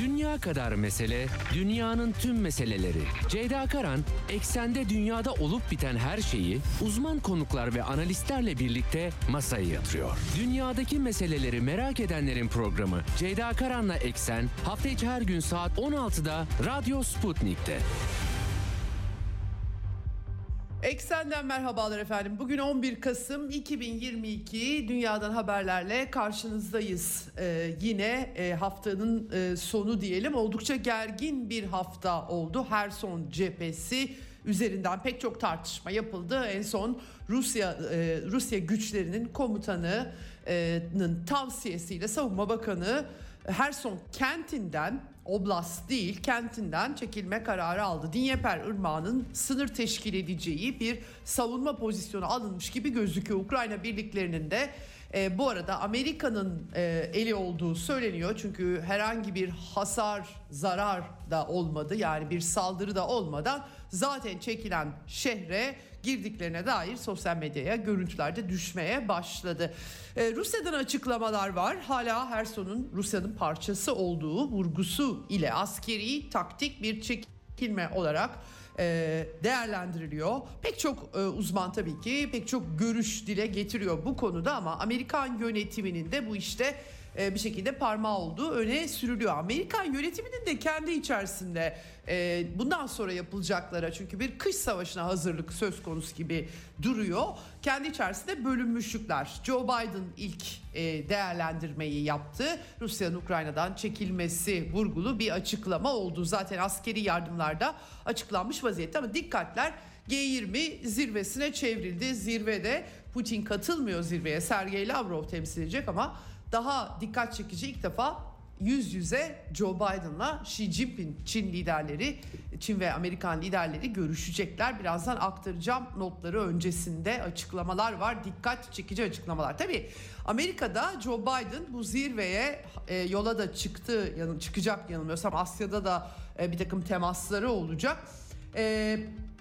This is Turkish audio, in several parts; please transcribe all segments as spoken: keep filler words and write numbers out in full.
Dünya kadar mesele, dünyanın tüm meseleleri. Ceyda Karan, eksende dünyada olup biten her şeyi uzman konuklar ve analistlerle birlikte masaya yatırıyor. Dünyadaki meseleleri merak edenlerin programı Ceyda Karan'la Eksen, hafta içi her gün saat on altıda Radyo Sputnik'te. Eksen'den merhabalar efendim. Bugün on bir Kasım iki bin yirmi iki, dünyadan haberlerle karşınızdayız. Ee, yine e, haftanın e, sonu diyelim. Oldukça gergin bir hafta oldu. Herson cephesi üzerinden pek çok tartışma yapıldı. En son Rusya e, Rusya güçlerinin komutanının tavsiyesiyle Savunma Bakanı Herson kentinden, oblast değil kentinden çekilme kararı aldı. Dnyeper Irmağı'nın sınır teşkil edeceği bir savunma pozisyonu alınmış gibi gözüküyor. Ukrayna birliklerinin de e, bu arada Amerika'nın e, eli olduğu söyleniyor. Çünkü herhangi bir hasar, zarar da olmadı. Yani bir saldırı da olmadan zaten çekilen şehre girdiklerine dair sosyal medyaya görüntülerde düşmeye başladı. Ee, Rusya'dan açıklamalar var. Hala Herson'un Rusya'nın parçası olduğu vurgusu ile askeri taktik bir çekilme olarak e, değerlendiriliyor. Pek çok e, uzman tabii ki pek çok görüş dile getiriyor bu konuda ama Amerikan yönetiminin de bu işte bir şekilde parmağı olduğu öne sürülüyor. Amerikan yönetiminin de kendi içerisinde bundan sonra yapılacaklara, çünkü bir kış savaşına hazırlık söz konusu gibi duruyor. Kendi içerisinde bölünmüşlükler. Joe Biden ilk değerlendirmeyi yaptı. Rusya'nın Ukrayna'dan çekilmesi vurgulu bir açıklama oldu. Zaten askeri yardımlarda açıklanmış vaziyette ama dikkatler G yirmi zirvesine çevrildi. Zirvede Putin katılmıyor zirveye. Sergey Lavrov temsil edecek ama daha dikkat çekici, ilk defa yüz yüze Joe Biden'la Xi Jinping, Çin liderleri, Çin ve Amerikan liderleri görüşecekler. Birazdan aktaracağım notları, öncesinde açıklamalar var. Dikkat çekici açıklamalar. Tabii Amerika'da Joe Biden bu zirveye e, yola da çıktı, yanı, çıkacak yanılmıyorsam. Asya'da da e, bir takım temasları olacak. E,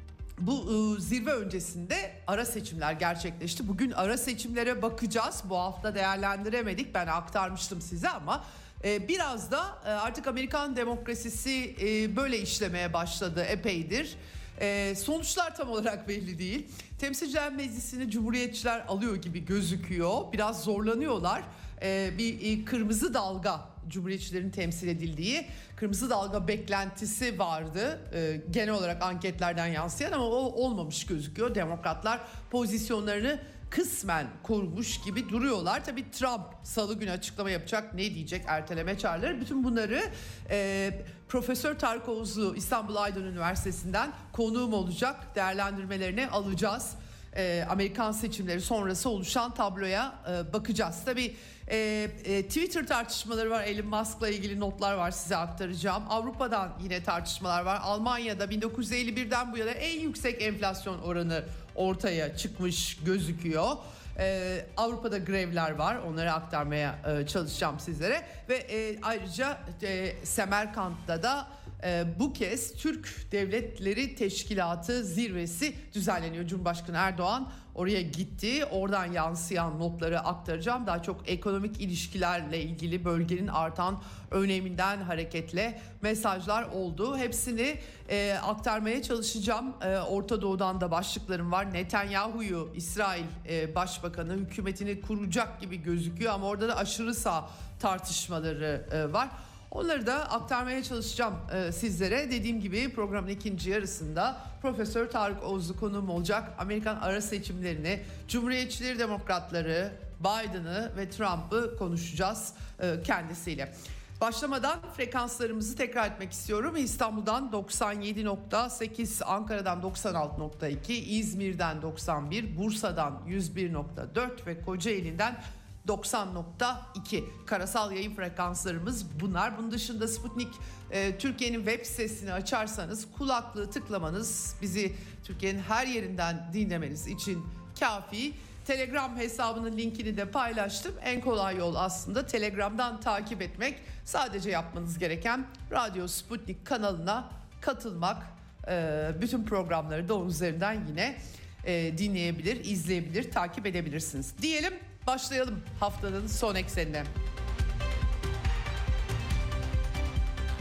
Bu ıı, zirve öncesinde ara seçimler gerçekleşti. Bugün ara seçimlere bakacağız. Bu hafta değerlendiremedik. Ben aktarmıştım size ama e, biraz da e, artık Amerikan demokrasisi e, böyle işlemeye başladı epeydir. E, sonuçlar tam olarak belli değil. Temsilciler Meclisi'ni Cumhuriyetçiler alıyor gibi gözüküyor. Biraz zorlanıyorlar. E, bir e, kırmızı dalga, Cumhuriyetçilerin temsil edildiği kırmızı dalga beklentisi vardı. Ee, genel olarak anketlerden yansıyan ama o olmamış gözüküyor. Demokratlar pozisyonlarını kısmen korumuş gibi duruyorlar. Tabii Trump salı günü açıklama yapacak. Ne diyecek? Erteleme çağrıları. Bütün bunları e, Profesör Tarık Oğuzlu İstanbul Aydın Üniversitesi'nden konuğum olacak. Değerlendirmelerini alacağız. E, Amerikan seçimleri sonrası oluşan tabloya e, bakacağız. Tabii e, e, Twitter tartışmaları var. Elon Musk'la ilgili notlar var, size aktaracağım. Avrupa'dan yine tartışmalar var. Almanya'da bin dokuz yüz elli birden bu yana en yüksek enflasyon oranı ortaya çıkmış gözüküyor. Ee, Avrupa'da grevler var, onları aktarmaya e, çalışacağım sizlere ve e, ayrıca e, Semerkant'ta da e, bu kez Türk Devletleri Teşkilatı zirvesi düzenleniyor. Cumhurbaşkanı Erdoğan oraya gitti, oradan yansıyan notları aktaracağım. Daha çok ekonomik ilişkilerle ilgili bölgenin artan öneminden hareketle mesajlar oldu. Hepsini e, aktarmaya çalışacağım. E, Orta Doğu'dan da başlıklarım var. Netanyahu'yu İsrail e, Başbakanı hükümetini kuracak gibi gözüküyor ama orada da aşırı sağ tartışmaları e, var. Onları da aktarmaya çalışacağım e, sizlere. Dediğim gibi programın ikinci yarısında Profesör Tarık Oğuzlu konuğum olacak. Amerikan ara seçimlerini, Cumhuriyetçileri, Demokratları, Biden'ı ve Trump'ı konuşacağız e, kendisiyle. Başlamadan frekanslarımızı tekrar etmek istiyorum. İstanbul'dan doksan yedi nokta sekiz, Ankara'dan doksan altı nokta iki, İzmir'den doksan bir, Bursa'dan yüz bir nokta dört ve Kocaeli'nden doksan nokta iki karasal yayın frekanslarımız bunlar. Bunun dışında Sputnik e, Türkiye'nin web sitesini açarsanız kulaklığı tıklamanız bizi Türkiye'nin her yerinden dinlemeniz için kafi. Telegram hesabının linkini de paylaştım. En kolay yol aslında Telegram'dan takip etmek. Sadece yapmanız gereken Radyo Sputnik kanalına katılmak. E, bütün programları da onun üzerinden yine e, dinleyebilir, izleyebilir, takip edebilirsiniz. Diyelim, başlayalım haftanın son eksenine.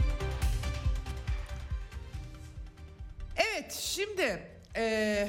Evet, şimdi e,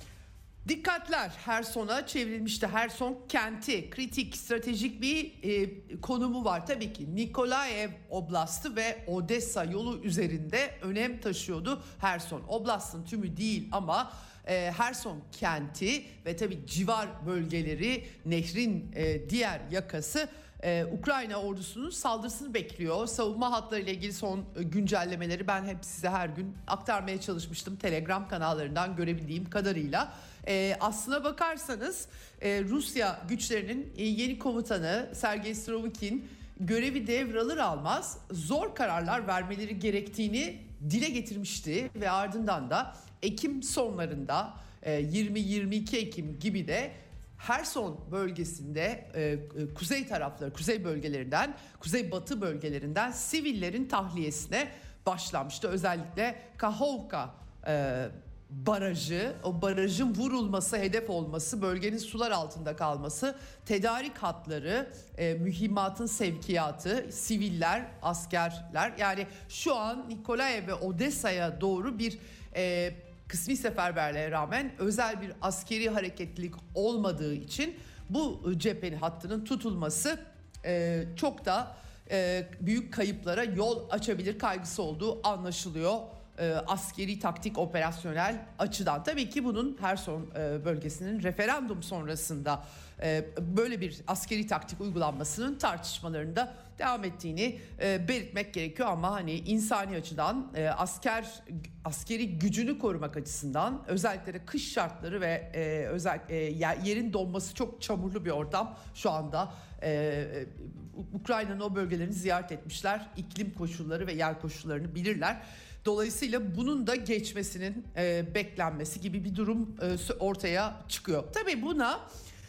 dikkatler Herson'a çevrilmişti. Herson kenti kritik, stratejik bir e, konumu var. Tabii ki Nikolaev Oblastı ve Odessa yolu üzerinde önem taşıyordu Herson. Oblast'ın tümü değil ama e, Herson kenti ve tabii civar bölgeleri, nehrin e, diğer yakası Ee, Ukrayna ordusunun saldırısını bekliyor. Savunma hatları ile ilgili son e, güncellemeleri ben hep size her gün aktarmaya çalışmıştım. Telegram kanallarından görebildiğim kadarıyla. Ee, aslına bakarsanız e, Rusya güçlerinin e, yeni komutanı Sergey Surovikin görevi devralır almaz zor kararlar vermeleri gerektiğini dile getirmişti. Ve ardından da Ekim sonlarında e, yirmi yirmi iki Ekim gibi de Herson bölgesinde e, kuzey tarafları, kuzey bölgelerinden, kuzey batı bölgelerinden sivillerin tahliyesine başlanmıştı. Özellikle Kahovka e, barajı, o barajın vurulması, hedef olması, bölgenin sular altında kalması, tedarik hatları, e, mühimmatın sevkiyatı, siviller, askerler, yani şu an Nikolaev ve Odessa'ya doğru bir e, kısmi seferberliğe rağmen özel bir askeri hareketlilik olmadığı için bu cephenin hattının tutulması e, çok da e, büyük kayıplara yol açabilir kaygısı olduğu anlaşılıyor. E, askeri taktik operasyonel açıdan. Tabii ki bunun Herson e, bölgesinin referandum sonrasında e, böyle bir askeri taktik uygulanmasının tartışmalarında devam ettiğini e, belirtmek gerekiyor ama hani insani açıdan e, asker askeri gücünü korumak açısından özellikle de kış şartları ve e, özel e, yerin donması çok çamurlu bir ortam şu anda. E, Ukrayna'nın o bölgelerini ziyaret etmişler. İklim koşulları ve yer koşullarını bilirler. Dolayısıyla bunun da geçmesinin e, beklenmesi gibi bir durum e, ortaya çıkıyor. Tabii buna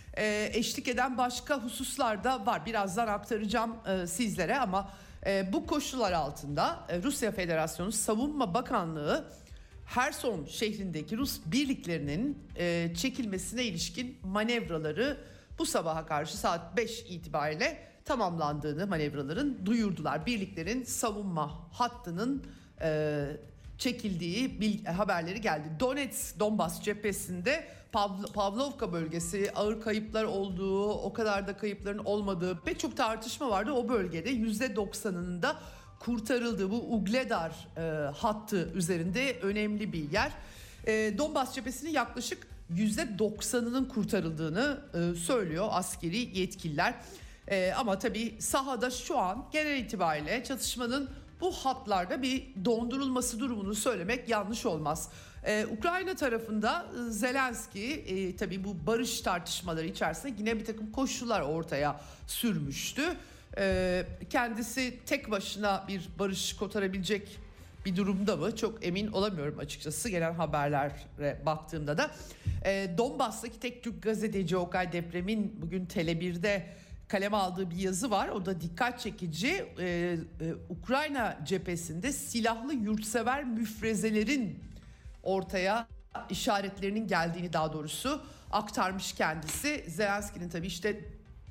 e, eşlik eden başka hususlar da var. Birazdan aktaracağım e, sizlere ama e, bu koşullar altında e, Rusya Federasyonu Savunma Bakanlığı Herson şehrindeki Rus birliklerinin e, çekilmesine ilişkin manevraları bu sabaha karşı saat beş itibariyle tamamlandığını manevraların duyurdular. Birliklerin savunma hattının e, çekildiği bil- haberleri geldi. Donetsk, Donbas cephesinde Pav- Pavlovka bölgesi ağır kayıplar olduğu, o kadar da kayıpların olmadığı pek çok tartışma vardı. O bölgede yüzde doksanının da kurtarıldığı bu Ugledar e, hattı üzerinde önemli bir yer. E, Donbas cephesinin yaklaşık yüzde doksanının kurtarıldığını e, söylüyor askeri yetkililer. E, ama tabii sahada şu an genel itibariyle çatışmanın bu hatlarda bir dondurulması durumunu söylemek yanlış olmaz. Ee, Ukrayna tarafında Zelenski e, tabii bu barış tartışmaları içerisinde yine bir takım koşullar ortaya sürmüştü. Ee, kendisi tek başına bir barış kotarabilecek bir durumda mı? Çok emin olamıyorum açıkçası gelen haberlere baktığımda da. Ee, Donbas'taki tek Türk gazeteci Okay Deprem'in bugün Tele bir'de kaleme aldığı bir yazı var. O da dikkat çekici. Ee, e, Ukrayna cephesinde silahlı yurtsever müfrezelerin ortaya işaretlerinin geldiğini daha doğrusu aktarmış kendisi. Zelenski'nin tabii işte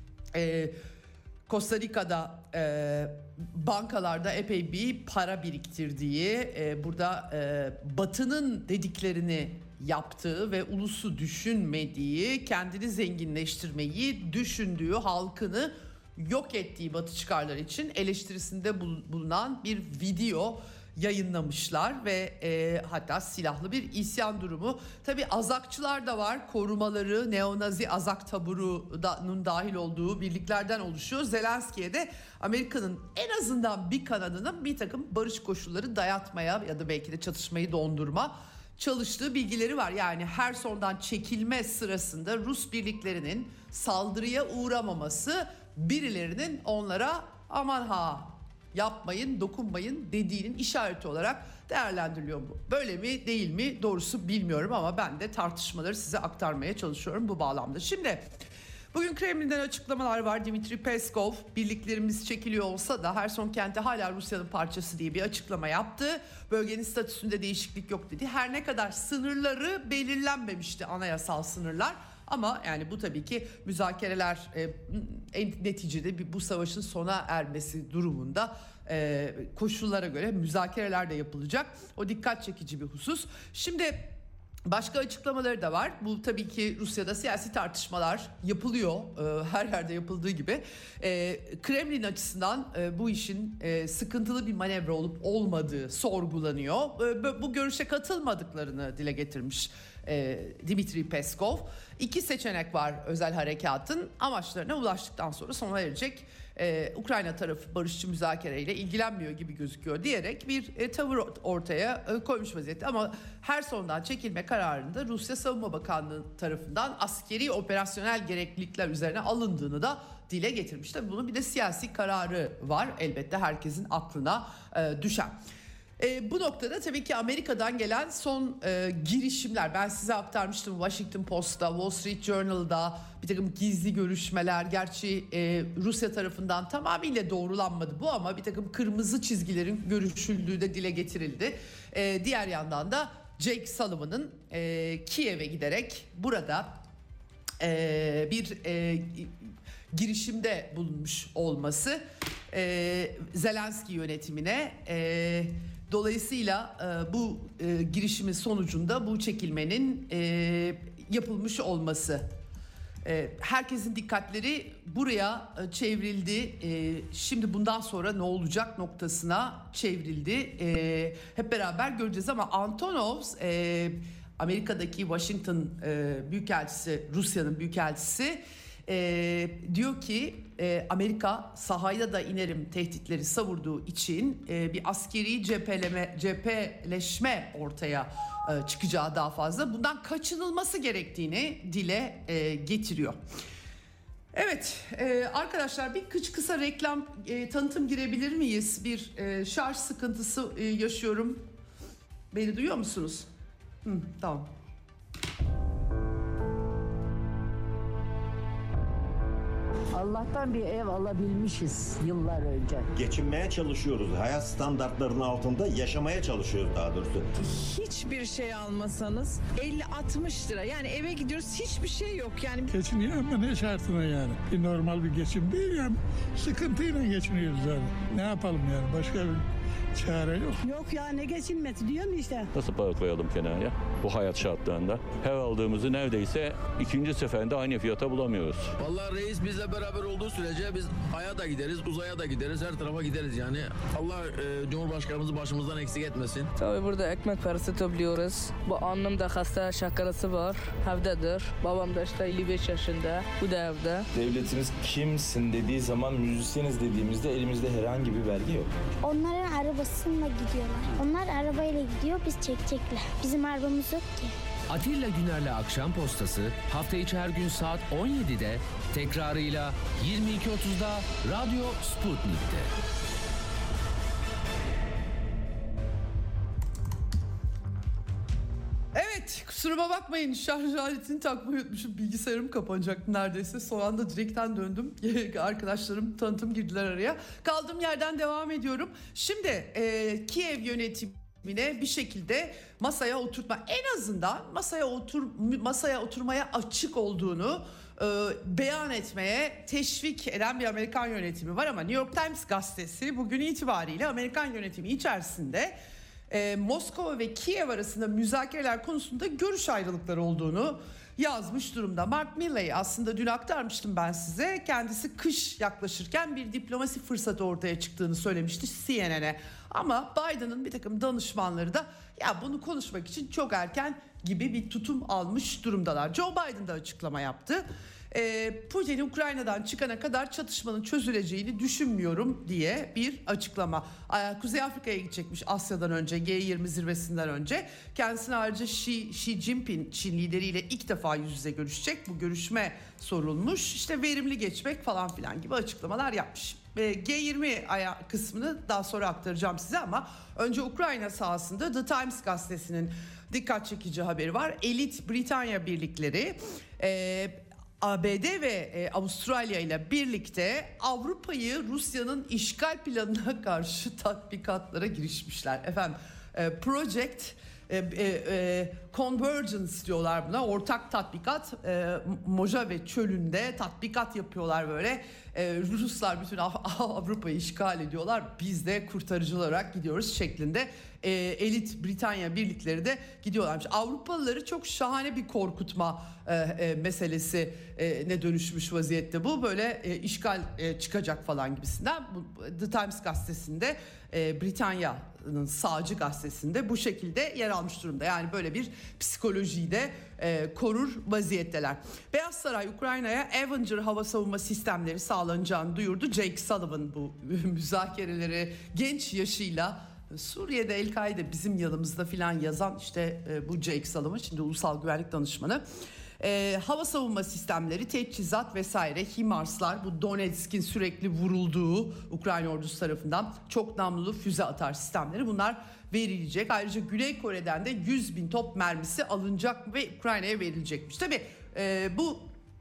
e, Costa Rica'da e, bankalarda epey bir para biriktirdiği, e, burada e, Batı'nın dediklerini yaptığı ve ulusu düşünmediği, kendini zenginleştirmeyi düşündüğü, halkını yok ettiği Batı çıkarları için eleştirisinde bulunan bir video yayınlamışlar ve e, hatta silahlı bir isyan durumu. Tabii azakçılar da var, korumaları, neonazi azak taburunun dahil olduğu birliklerden oluşuyor. Zelenski'ye de Amerika'nın en azından bir kanadının bir takım barış koşulları dayatmaya ya da belki de çatışmayı dondurma çalıştığı bilgileri var. Yani Herson'dan çekilme sırasında Rus birliklerinin saldırıya uğramaması birilerinin onlara aman ha yapmayın, dokunmayın dediğinin işareti olarak değerlendiriliyor bu. Böyle mi değil mi doğrusu bilmiyorum ama ben de tartışmaları size aktarmaya çalışıyorum bu bağlamda. Şimdi bugün Kremlin'den açıklamalar var. Dmitri Peskov birliklerimiz çekiliyor olsa da Herson kenti hala Rusya'nın parçası diye bir açıklama yaptı. Bölgenin statüsünde değişiklik yok dedi. Her ne kadar sınırları belirlenmemişti, anayasal sınırlar, Ama yani bu tabii ki müzakereler e, en neticede bir, bu savaşın sona ermesi durumunda e, koşullara göre müzakereler de yapılacak. O dikkat çekici bir husus. Şimdi başka açıklamaları da var. Bu tabii ki Rusya'da siyasi tartışmalar yapılıyor. E, her yerde yapıldığı gibi. E, Kremlin açısından e, bu işin e, sıkıntılı bir manevra olup olmadığı sorgulanıyor. E, bu görüşe katılmadıklarını dile getirmiş e, Dmitri Peskov. İki seçenek var özel harekatın. Amaçlarına ulaştıktan sonra sona erecek. Ee, Ukrayna tarafı barışçı müzakereyle ilgilenmiyor gibi gözüküyor diyerek bir e, tavır ortaya e, koymuş vaziyette. Ama her sondan çekilme kararında Rusya Savunma Bakanlığı tarafından askeri operasyonel gereklilikler üzerine alındığını da dile getirmiş. Tabii bunun bir de siyasi kararı var elbette herkesin aklına e, düşen. E, bu noktada tabii ki Amerika'dan gelen son e, girişimler, ben size aktarmıştım Washington Post'ta, Wall Street Journal'da bir takım gizli görüşmeler, gerçi e, Rusya tarafından tamamıyla doğrulanmadı bu ama bir takım kırmızı çizgilerin görüşüldüğü de dile getirildi. E, diğer yandan da Jake Sullivan'ın e, Kiev'e giderek burada e, bir e, girişimde bulunmuş olması e, Zelenski yönetimine e, dolayısıyla e, bu e, girişimin sonucunda bu çekilmenin e, yapılmış olması. E, herkesin dikkatleri buraya e, çevrildi. E, şimdi bundan sonra ne olacak noktasına çevrildi. E, hep beraber göreceğiz ama Antonov, e, Amerika'daki Washington e, Büyükelçisi, Rusya'nın Büyükelçisi e, diyor ki e, Amerika sahaya da inerim tehditleri savurduğu için e, bir askeri cepheleme, cepheleşme ortaya e, çıkacağı daha fazla. Bundan kaçınılması gerektiğini dile e, getiriyor. Evet e, arkadaşlar bir kıç kısa reklam e, tanıtım girebilir miyiz? Bir e, şarj sıkıntısı e, yaşıyorum. Beni duyuyor musunuz? Hı, tamam. Allah'tan bir ev alabilmişiz yıllar önce. Geçinmeye çalışıyoruz. Hayat standartlarının altında yaşamaya çalışıyoruz daha doğrusu. Hiçbir şey almasanız elli altmış lira. Yani eve gidiyoruz hiçbir şey yok. Yani Geçiniyor ama ne şartına yani? Bir normal bir geçim değil yani. Sıkıntıyla geçiniyoruz yani. Ne yapalım yani? Başka bir çare yok. Yok ya ne geçinmesi diyorum işte. Nasıl para koyalım kenara bu hayat şartlarında? Her aldığımızı neredeyse ikinci seferinde aynı fiyata bulamıyoruz. Vallahi reis bizle beraber olduğu sürece biz aya da gideriz, uzaya da gideriz, her tarafa gideriz yani. Allah e, Cumhurbaşkanımızı başımızdan eksik etmesin. Tabii burada ekmek parası topluyoruz. Bu annem de hasta, şakarası var, evdedir. Babam da işte elli beş yaşında, bu da evde. Devletimiz kimsin dediği zaman müzisyeniz dediğimizde elimizde herhangi bir belge yok. Onların arabasıyla gidiyorlar. Onlar arabayla gidiyor, biz çekecekler. Bizim arabamız yok ki. Atilla Güner'le Akşam Postası hafta içi her gün saat on yedide tekrarıyla yirmi iki otuzda Radyo Sputnik'te. Evet, kusuruma bakmayın, şarj aletini takmayı unutmuşum. Bilgisayarım kapanacaktı neredeyse. Son anda direkten döndüm. Arkadaşlarım tanıtım girdiler araya. Kaldığım yerden devam ediyorum. Şimdi e, Kiev yönetimine bir şekilde masaya oturtma, en azından masaya otur masaya oturmaya açık olduğunu e, beyan etmeye teşvik eden bir Amerikan yönetimi var ama New York Times gazetesi bugün itibariyle Amerikan yönetimi içerisinde Ee, Moskova ve Kiev arasında müzakereler konusunda görüş ayrılıkları olduğunu yazmış durumda. Mark Milley, aslında dün aktarmıştım ben size, kendisi kış yaklaşırken bir diplomasi fırsatı ortaya çıktığını söylemişti C N N'e. Ama Biden'ın bir takım danışmanları da ya bunu konuşmak için çok erken gibi bir tutum almış durumdalar. Joe Biden da açıklama yaptı. Putin Ukrayna'dan çıkana kadar çatışmanın çözüleceğini düşünmüyorum diye bir açıklama. Kuzey Afrika'ya gidecekmiş Asya'dan önce, G yirmi zirvesinden önce. Kendisine ayrıca Xi, Xi Jinping, Çin lideriyle ilk defa yüz yüze görüşecek. Bu görüşme sorulmuş. İşte verimli geçmek falan filan gibi açıklamalar yapmış. G yirmi kısmını daha sonra aktaracağım size ama önce Ukrayna sahasında The Times gazetesinin dikkat çekici haberi var. Elit Britanya birlikleri e, A B D ve e, Avustralya ile birlikte Avrupa'yı Rusya'nın işgal planına karşı tatbikatlara girişmişler. Efendim e, Project e, e, convergence diyorlar buna, ortak tatbikat. E, Mojave çölünde tatbikat yapıyorlar böyle. E, Ruslar bütün Avrupa'yı işgal ediyorlar, biz de kurtarıcı olarak gidiyoruz şeklinde e, elit Britanya birlikleri de gidiyorlarmış. Avrupalıları çok şahane bir korkutma e, e, meselesi e, ne dönüşmüş vaziyette bu, böyle e, işgal e, çıkacak falan gibisinden. Bu, The Times gazetesinde, e, Britanya'nın sağcı gazetesinde bu şekilde yer almış durumda. Yani böyle bir psikolojiyi de e, korur vaziyetteler. Beyaz Saray Ukrayna'ya Avenger hava savunma sistemleri sağlanacağını duyurdu. Jake Sullivan bu müzakereleri genç yaşıyla Suriye'de El-Kaide bizim yanımızda filan yazan işte e, bu Jake Sullivan, şimdi Ulusal Güvenlik Danışmanı. E, hava savunma sistemleri, teçhizat vesaire, HIMARS'lar, bu Donetsk'in sürekli vurulduğu Ukrayna ordusu tarafından çok namlulu füze atar sistemleri, bunlar verilecek. Ayrıca Güney Kore'den de yüz bin top mermisi alınacak ve Ukrayna'ya verilecekmiş. Tabii e, bu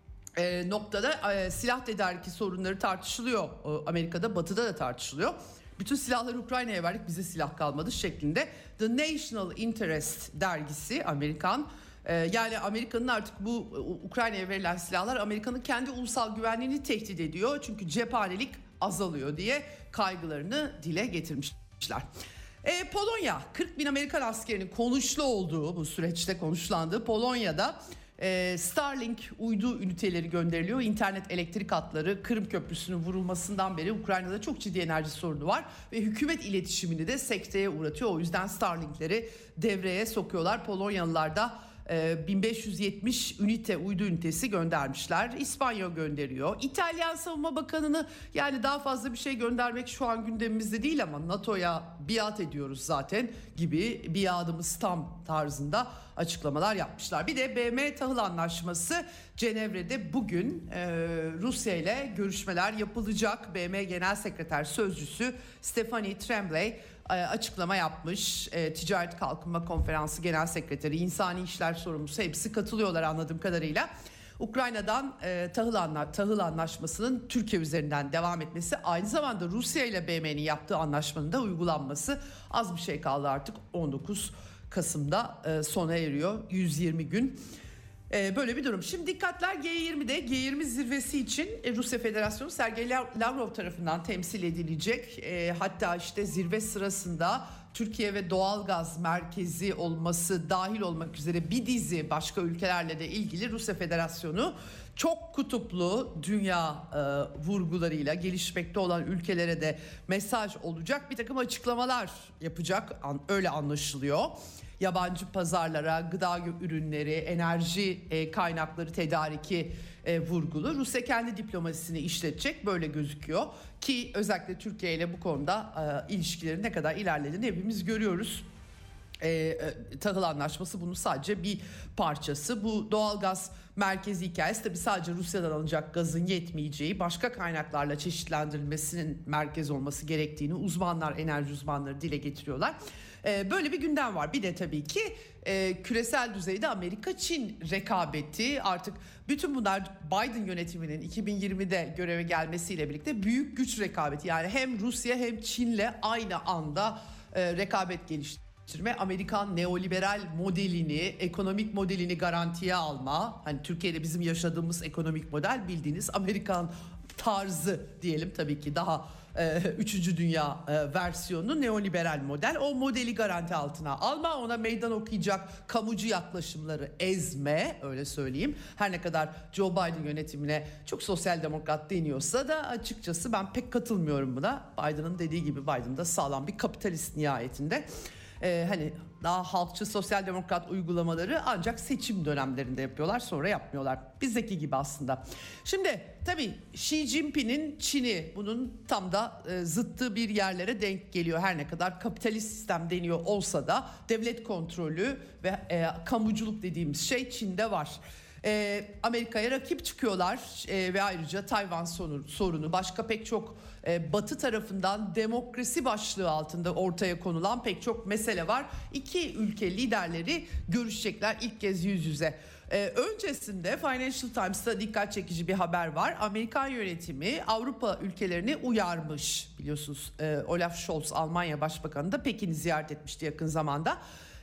e, noktada e, silah tedariki sorunları tartışılıyor. E, Amerika'da, Batı'da da tartışılıyor. Bütün silahları Ukrayna'ya verdik, bize silah kalmadı şeklinde. The National Interest dergisi, Amerikan, yani Amerika'nın artık bu Ukrayna'ya verilen silahlar Amerika'nın kendi ulusal güvenliğini tehdit ediyor. Çünkü cephanelik azalıyor diye kaygılarını dile getirmişler. E, Polonya, kırk bin Amerikan askerinin konuşlu olduğu, bu süreçte konuşlandığı Polonya'da e, Starlink uydu üniteleri gönderiliyor. İnternet, elektrik hatları, Kırım Köprüsü'nün vurulmasından beri Ukrayna'da çok ciddi enerji sorunu var. Ve hükümet iletişimini de sekteye uğratıyor. O yüzden Starlink'leri devreye sokuyorlar. Polonyalılar da bin beş yüz yetmiş ünite, uydu ünitesi göndermişler. İspanya gönderiyor. İtalyan Savunma Bakanı'nı, yani daha fazla bir şey göndermek şu an gündemimizde değil ama NATO'ya biat ediyoruz zaten gibi, biadımız tam tarzında açıklamalar yapmışlar. Bir de B M Tahıl Anlaşması, Cenevre'de bugün e, Rusya ile görüşmeler yapılacak. B M Genel Sekreter Sözcüsü Stephanie Tremblay açıklama yapmış. E, Ticaret Kalkınma Konferansı Genel Sekreteri, İnsani İşler Sorumlusu hepsi katılıyorlar anladığım kadarıyla. Ukrayna'dan e, tahıl, anla, tahıl anlaşmasının Türkiye üzerinden devam etmesi, aynı zamanda Rusya ile B M'nin yaptığı anlaşmanın da uygulanması, az bir şey kaldı artık, on dokuz Kasım'da e, sona eriyor, yüz yirmi gün. Ee, böyle bir durum. Şimdi dikkatler G yirmide, G yirmi zirvesi için e, Rusya Federasyonu Sergey Lavrov tarafından temsil edilecek. E, hatta işte zirve sırasında Türkiye ve doğalgaz merkezi olması dahil olmak üzere bir dizi başka ülkelerle de ilgili Rusya Federasyonu çok kutuplu dünya e, vurgularıyla gelişmekte olan ülkelere de mesaj olacak bir takım açıklamalar yapacak, an, öyle anlaşılıyor. Yabancı pazarlara, gıda ürünleri, enerji e, kaynakları tedariki e, vurgulu. Rusya kendi diplomasisini işletecek, böyle gözüküyor. Ki özellikle Türkiye ile bu konuda e, ilişkilerin ne kadar ilerlediğini hepimiz görüyoruz. E, e, tahıl anlaşması bunun sadece bir parçası. Bu doğalgaz merkezi hikayesi tabii sadece Rusya'dan alınacak gazın yetmeyeceği, başka kaynaklarla çeşitlendirilmesinin merkez olması gerektiğini uzmanlar, enerji uzmanları dile getiriyorlar. Böyle bir gündem var. Bir de tabii ki e, küresel düzeyde Amerika-Çin rekabeti, artık bütün bunlar Biden yönetiminin iki bin yirmide göreve gelmesiyle birlikte büyük güç rekabeti. Yani hem Rusya hem Çin'le aynı anda e, rekabet geliştirme, Amerikan neoliberal modelini, ekonomik modelini garantiye alma. Hani Türkiye'de bizim yaşadığımız ekonomik model bildiğiniz Amerikan tarzı diyelim, tabii ki daha Üçüncü dünya versiyonu neoliberal model. O modeli garanti altına alma, ona meydan okuyacak kamucu yaklaşımları ezme, öyle söyleyeyim. Her ne kadar Joe Biden yönetimine çok sosyal demokrat deniyorsa da açıkçası ben pek katılmıyorum buna. Biden'ın dediği gibi, Biden da sağlam bir kapitalist nihayetinde. Ee, hani daha halkçı sosyal demokrat uygulamaları ancak seçim dönemlerinde yapıyorlar, sonra yapmıyorlar. Bizdeki gibi aslında. Şimdi tabii Xi Jinping'in Çin'i bunun tam da e, zıttı bir yerlere denk geliyor. Her ne kadar kapitalist sistem deniyor olsa da devlet kontrolü ve e, kamuculuk dediğimiz şey Çin'de var. E, Amerika'ya rakip çıkıyorlar e, ve ayrıca Tayvan sorunu, sorunu başka pek çok e, Batı tarafından demokrasi başlığı altında ortaya konulan pek çok mesele var. İki ülke liderleri görüşecekler ilk kez yüz yüze. Ee, öncesinde Financial Times'ta dikkat çekici bir haber var. Amerikan yönetimi Avrupa ülkelerini uyarmış. Biliyorsunuz e, Olaf Scholz, Almanya Başbakanı da Pekin'i ziyaret etmişti yakın zamanda.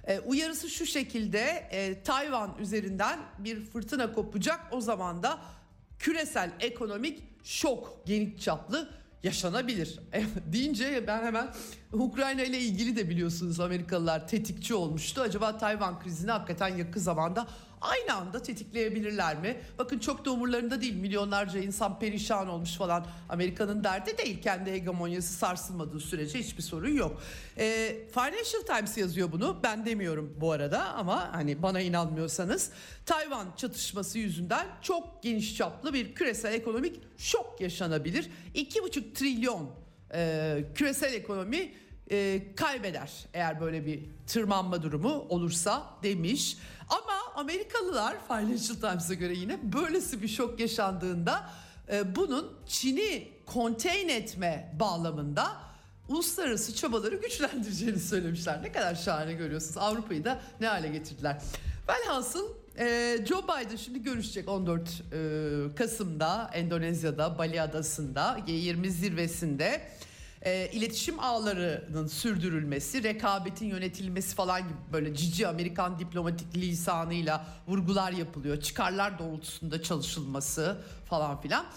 E, uyarısı şu şekilde: e, Tayvan üzerinden bir fırtına kopacak. O zaman da küresel ekonomik şok geniş çaplı yaşanabilir. Deyince ben hemen Ukrayna ile ilgili de biliyorsunuz Amerikalılar tetikçi olmuştu. Acaba Tayvan krizini hakikaten yakın zamanda aynı anda tetikleyebilirler mi? Bakın çok da umurlarında değil. Milyonlarca insan perişan olmuş falan. Amerika'nın derdi değil. Kendi hegemonyası sarsılmadığı sürece hiçbir sorun yok. E, Financial Times yazıyor bunu. Ben demiyorum bu arada ama hani bana inanmıyorsanız. Tayvan çatışması yüzünden çok geniş çaplı bir küresel ekonomik şok yaşanabilir. iki buçuk trilyon e, küresel ekonomi e, kaybeder eğer böyle bir tırmanma durumu olursa demiş. Ama Amerikalılar Financial Times'a göre yine böylesi bir şok yaşandığında e, bunun Çin'i konteyn etme bağlamında uluslararası çabaları güçlendireceğini söylemişler. Ne kadar şahane, görüyorsunuz. Avrupa'yı da ne hale getirdiler. Velhasıl e, Joe Biden şimdi görüşecek on dört e, Kasım'da Endonezya'da Bali Adası'nda G yirmi zirvesinde. E, iletişim ağlarının sürdürülmesi, rekabetin yönetilmesi falan gibi böyle cici Amerikan diplomatik lisanıyla vurgular yapılıyor. Çıkarlar doğrultusunda çalışılması falan filan.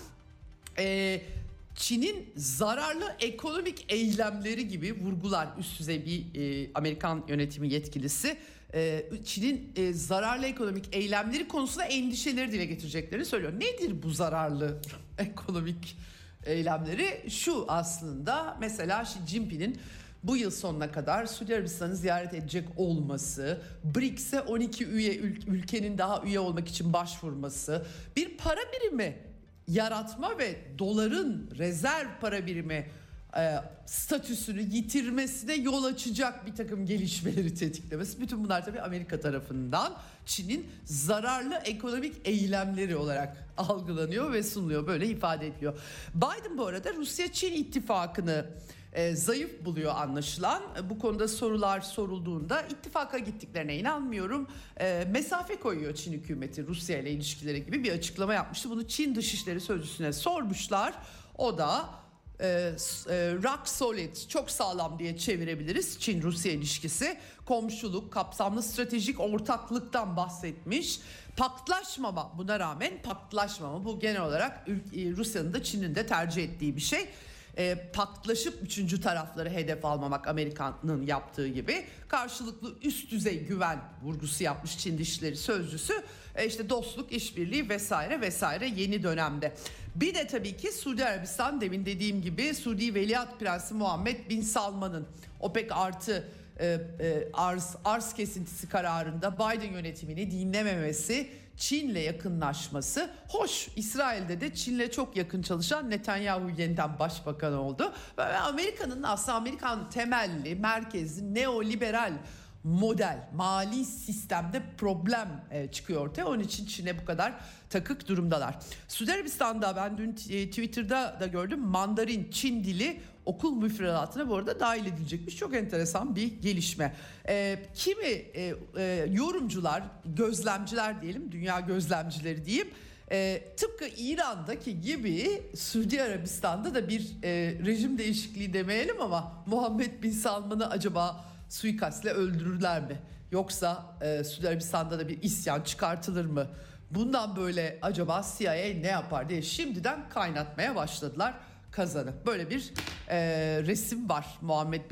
E, Çin'in zararlı ekonomik eylemleri gibi vurgular, üst düzey bir e, Amerikan yönetimi yetkilisi e, Çin'in e, zararlı ekonomik eylemleri konusunda endişeleri dile getireceklerini söylüyor. Nedir bu zararlı ekonomik eylemleri? Şu aslında, mesela Xi Jinping'in bu yıl sonuna kadar Suudi Arabistan'ı ziyaret edecek olması, B R I C S'e on iki üye ülkenin daha üye olmak için başvurması, bir para birimi yaratma ve doların rezerv para birimi e, statüsünü yitirmesine yol açacak bir takım gelişmeleri tetiklemesi. Bütün bunlar tabii Amerika tarafından Çin'in zararlı ekonomik eylemleri olarak algılanıyor ve sunuluyor. Böyle ifade ediliyor. Biden bu arada Rusya-Çin ittifakını e, zayıf buluyor anlaşılan. Bu konuda sorular sorulduğunda ittifaka gittiklerine inanmıyorum, E, mesafe koyuyor Çin hükümeti Rusya ile ilişkileri gibi bir açıklama yapmıştı. Bunu Çin Dışişleri Sözcüsü'ne sormuşlar. O da e, e, rock solid, çok sağlam diye çevirebiliriz Çin-Rusya ilişkisi. Komşuluk, kapsamlı stratejik ortaklıktan bahsetmiş. Paktlaşmama, buna rağmen paktlaşmama, bu genel olarak Rusya'nın da Çin'in de tercih ettiği bir şey. E, paktlaşıp üçüncü tarafları hedef almamak, Amerika'nın yaptığı gibi. Karşılıklı üst düzey güven vurgusu yapmış Çin Dışişleri Sözcüsü. E, işte dostluk, işbirliği vesaire vesaire yeni dönemde. Bir de tabii ki Suudi Arabistan, demin dediğim gibi Suudi Veliaht Prensi Muhammed Bin Salman'ın OPEC artı e, e, arz, arz kesintisi kararında Biden yönetimini dinlememesi, Çin'le yakınlaşması. Hoş, İsrail'de de Çin'le çok yakın çalışan Netanyahu yeniden başbakan oldu. Ve Amerika'nın, aslında Amerikan temelli, merkezli, neoliberal model, mali sistemde problem çıkıyor ortaya. Onun için Çin'e bu kadar takık durumdalar. Suudi Arabistan'da ben dün Twitter'da da gördüm, Mandarin, Çin dili okul müfredatına bu arada dahil edilecekmiş. Çok enteresan bir gelişme. Ee, kimi e, e, yorumcular, gözlemciler diyelim, dünya gözlemcileri diyeyim, e, tıpkı İran'daki gibi Suudi Arabistan'da da bir e, rejim değişikliği demeyelim ama Muhammed Bin Salman'ı acaba suikastle öldürürler mi? Yoksa e, Suudi Arabistan'da da bir isyan çıkartılır mı? Bundan böyle acaba C I A ne yapar diye şimdiden kaynatmaya başladılar kazanı. Böyle bir e, resim var. Muhammed Bin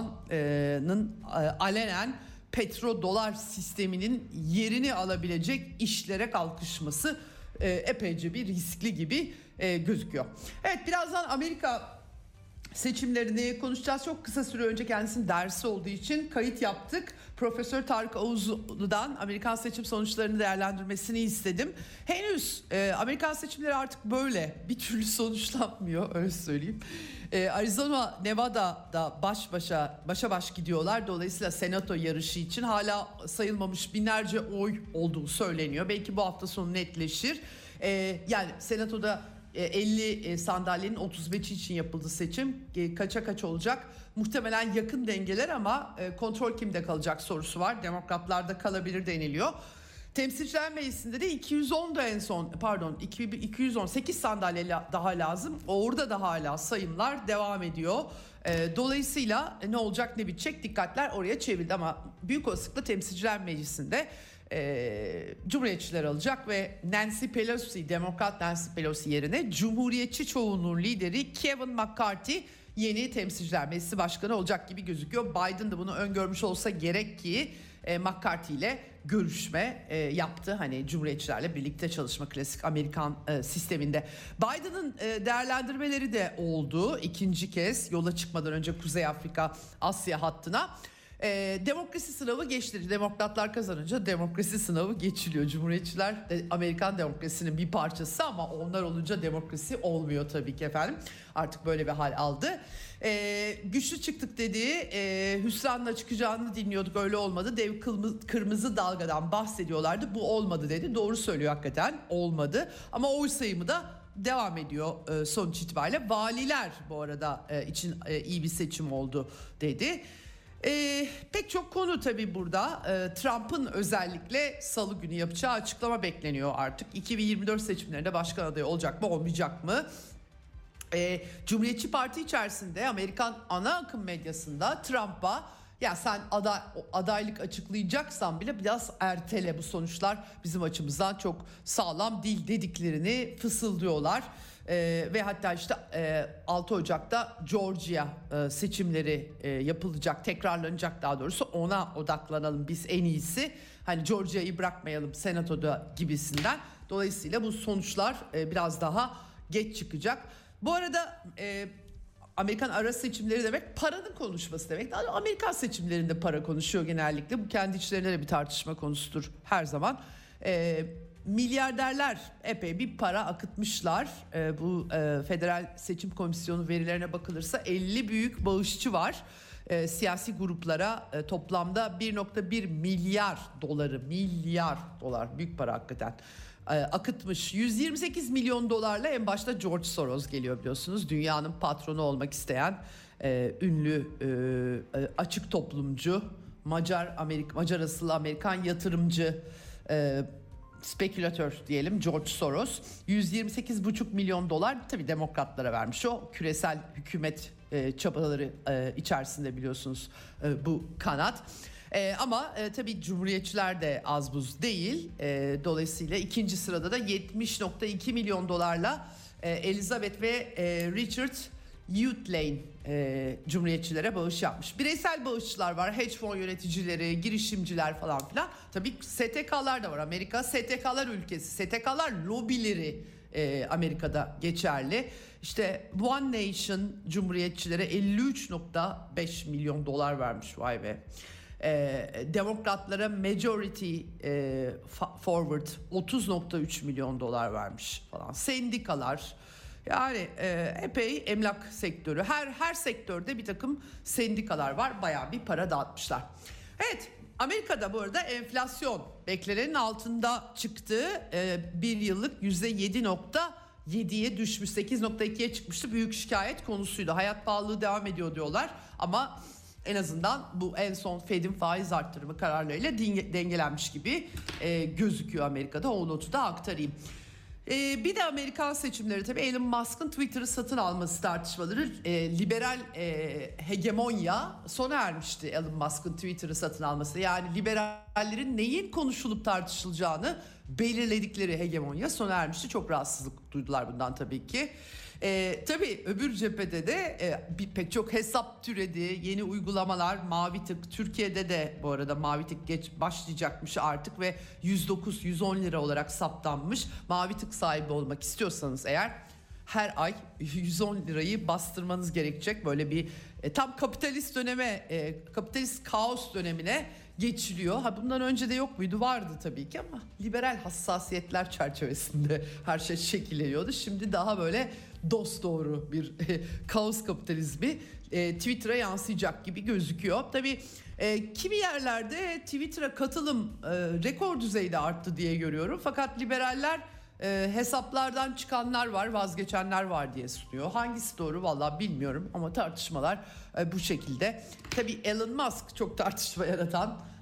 Salman'ın e, alenen petrodolar sisteminin yerini alabilecek işlere kalkışması e, epeyce bir riskli gibi e, gözüküyor. Evet, birazdan Amerika seçimlerini konuşacağız. Çok kısa süre önce kendisinin dersi olduğu için kayıt yaptık. Profesör Tarık Oğuzlu'dan Amerikan seçim sonuçlarını değerlendirmesini istedim. Henüz e, Amerikan seçimleri artık böyle bir türlü sonuçlanmıyor, öyle söyleyeyim. E, Arizona, Nevada'da baş başa başa baş gidiyorlar. Dolayısıyla senato yarışı için hala sayılmamış binlerce oy olduğu söyleniyor. Belki bu hafta sonu netleşir. E, yani senatoda elli sandalyenin otuz beşi için yapıldı seçim. Kaça kaç olacak? Muhtemelen yakın dengeler ama kontrol kimde kalacak sorusu var. Demokratlarda kalabilir deniliyor. Temsilciler Meclisi'nde de iki yüz on da en son pardon iki yüz on sekiz sandalye daha lazım. Orada da hala sayımlar devam ediyor. E, dolayısıyla ne olacak ne bitecek dikkatler oraya çevrildi ama büyük olasılıkla Temsilciler Meclisi'nde e, Cumhuriyetçiler alacak ve Nancy Pelosi, Demokrat Nancy Pelosi yerine Cumhuriyetçi çoğunluğun lideri Kevin McCarthy yeni Temsilciler Meclisi Başkanı olacak gibi gözüküyor. Biden de bunu öngörmüş olsa gerek ki e, McCarthy ile görüşme e, yaptı. Hani Cumhuriyetçilerle birlikte çalışma klasik Amerikan e, sisteminde. Biden'ın e, değerlendirmeleri de oldu. İkinci kez yola çıkmadan önce Kuzey Afrika Asya hattına. E, demokrasi sınavı geçti. Demokratlar kazanınca demokrasi sınavı geçiliyor. Cumhuriyetçiler de Amerikan demokrasinin bir parçası ama onlar olunca demokrasi olmuyor tabii ki efendim. Artık böyle bir hal aldı. E, güçlü çıktık dediği e, hüsranla çıkacağını dinliyorduk, öyle olmadı. Dev kırmızı, kırmızı dalgadan bahsediyorlardı, bu olmadı dedi. Doğru söylüyor, hakikaten olmadı ama oy sayımı da devam ediyor e, sonuç itibariyle. Valiler bu arada e, için e, iyi bir seçim oldu dedi. E, pek çok konu tabii burada. E, Trump'ın özellikle salı günü yapacağı açıklama bekleniyor artık. iki bin yirmi dört seçimlerinde başkan adayı olacak mı olmayacak mı? E, Cumhuriyetçi Parti içerisinde Amerikan ana akım medyasında Trump'a ya sen aday, adaylık açıklayacaksan bile biraz ertele, bu sonuçlar bizim açımızdan çok sağlam değil dediklerini fısıldıyorlar. Ee, ve hatta işte e, altı Ocak'ta Georgia e, seçimleri e, yapılacak, tekrarlanacak daha doğrusu, ona odaklanalım biz en iyisi. Hani Georgia'yı bırakmayalım senatoda gibisinden. Dolayısıyla bu sonuçlar e, biraz daha geç çıkacak. Bu arada e, Amerikan ara seçimleri demek paranın konuşması demek. Amerikan seçimlerinde para konuşuyor genellikle. Bu kendi içlerinde de bir tartışma konusudur her zaman. E, milyarderler epey bir para akıtmışlar. E, bu e, Federal Seçim Komisyonu verilerine bakılırsa elli büyük bağışçı var. E, siyasi gruplara e, toplamda bir nokta bir milyar doları, milyar dolar, büyük para hakikaten, e, akıtmış. yüz yirmi sekiz milyon dolarla en başta George Soros geliyor biliyorsunuz. Dünyanın patronu olmak isteyen e, ünlü e, açık toplumcu, Macar Amerika, Macar asıllı Amerikan yatırımcı, e, spekülatör diyelim George Soros. yüz yirmi sekiz buçuk milyon dolar tabii demokratlara vermiş, o küresel hükümet e, çabaları e, içerisinde biliyorsunuz e, bu kanat. E, ama e, tabii Cumhuriyetçiler de az buz değil. E, dolayısıyla ikinci sırada da yetmiş nokta iki milyon dolarla e, Elizabeth ve e, Richard Youtlane e, Cumhuriyetçilere bağış yapmış. Bireysel bağışçılar var, hedge fon yöneticileri, girişimciler falan filan. Tabii S T K'lar da var. Amerika S T K'lar ülkesi. S T K'lar lobileri e, Amerika'da geçerli. İşte One Nation Cumhuriyetçilere elli üç nokta beş milyon dolar vermiş, vay be. E, Demokratlara Majority e, Forward otuz nokta üç milyon dolar vermiş falan. Sendikalar, yani e, epey emlak sektörü, her her sektörde bir takım sendikalar var, bayağı bir para dağıtmışlar. Evet, Amerika'da bu arada enflasyon beklenenin altında çıktı. E, bir yıllık yüzde yedi nokta yediye düşmüş, sekiz nokta ikiye çıkmıştı, büyük şikayet konusuydu. Hayat pahalılığı devam ediyor diyorlar ama en azından bu en son Fed'in faiz arttırımı kararlarıyla dengelenmiş gibi e, gözüküyor Amerika'da, o notu da aktarayım. Ee, bir de Amerikan seçimleri tabii, Elon Musk'ın Twitter'ı satın alması tartışmaları, e, liberal e, hegemonya sona ermişti Elon Musk'ın Twitter'ı satın alması. Yani liberallerin neyin konuşulup tartışılacağını belirledikleri hegemonya sona ermişti. Çok rahatsızlık duydular bundan tabii ki. E, tabii öbür cephede de e, bir, pek çok hesap türedi, yeni uygulamalar, mavi tık. Türkiye'de de bu arada mavi tık geç başlayacakmış artık ve yüz dokuz yüz on lira olarak saptanmış. Mavi tık sahibi olmak istiyorsanız eğer her ay yüz on lirayı bastırmanız gerekecek. Böyle bir e, tam kapitalist döneme, e, kapitalist kaos dönemine geçiliyor. Ha, bundan önce de yok muydu? Vardı tabii ki ama liberal hassasiyetler çerçevesinde her şey şekilleniyordu. Şimdi daha böyle dosdoğru bir e, kaos kapitalizmi e, Twitter'a yansıyacak gibi gözüküyor. Tabii e, kimi yerlerde Twitter'a katılım e, rekor düzeyde arttı diye görüyorum. Fakat liberaller e, hesaplardan çıkanlar var, vazgeçenler var diye sunuyor. Hangisi doğru vallahi bilmiyorum ama tartışmalar e, bu şekilde. Tabii Elon Musk çok tartışma yaratan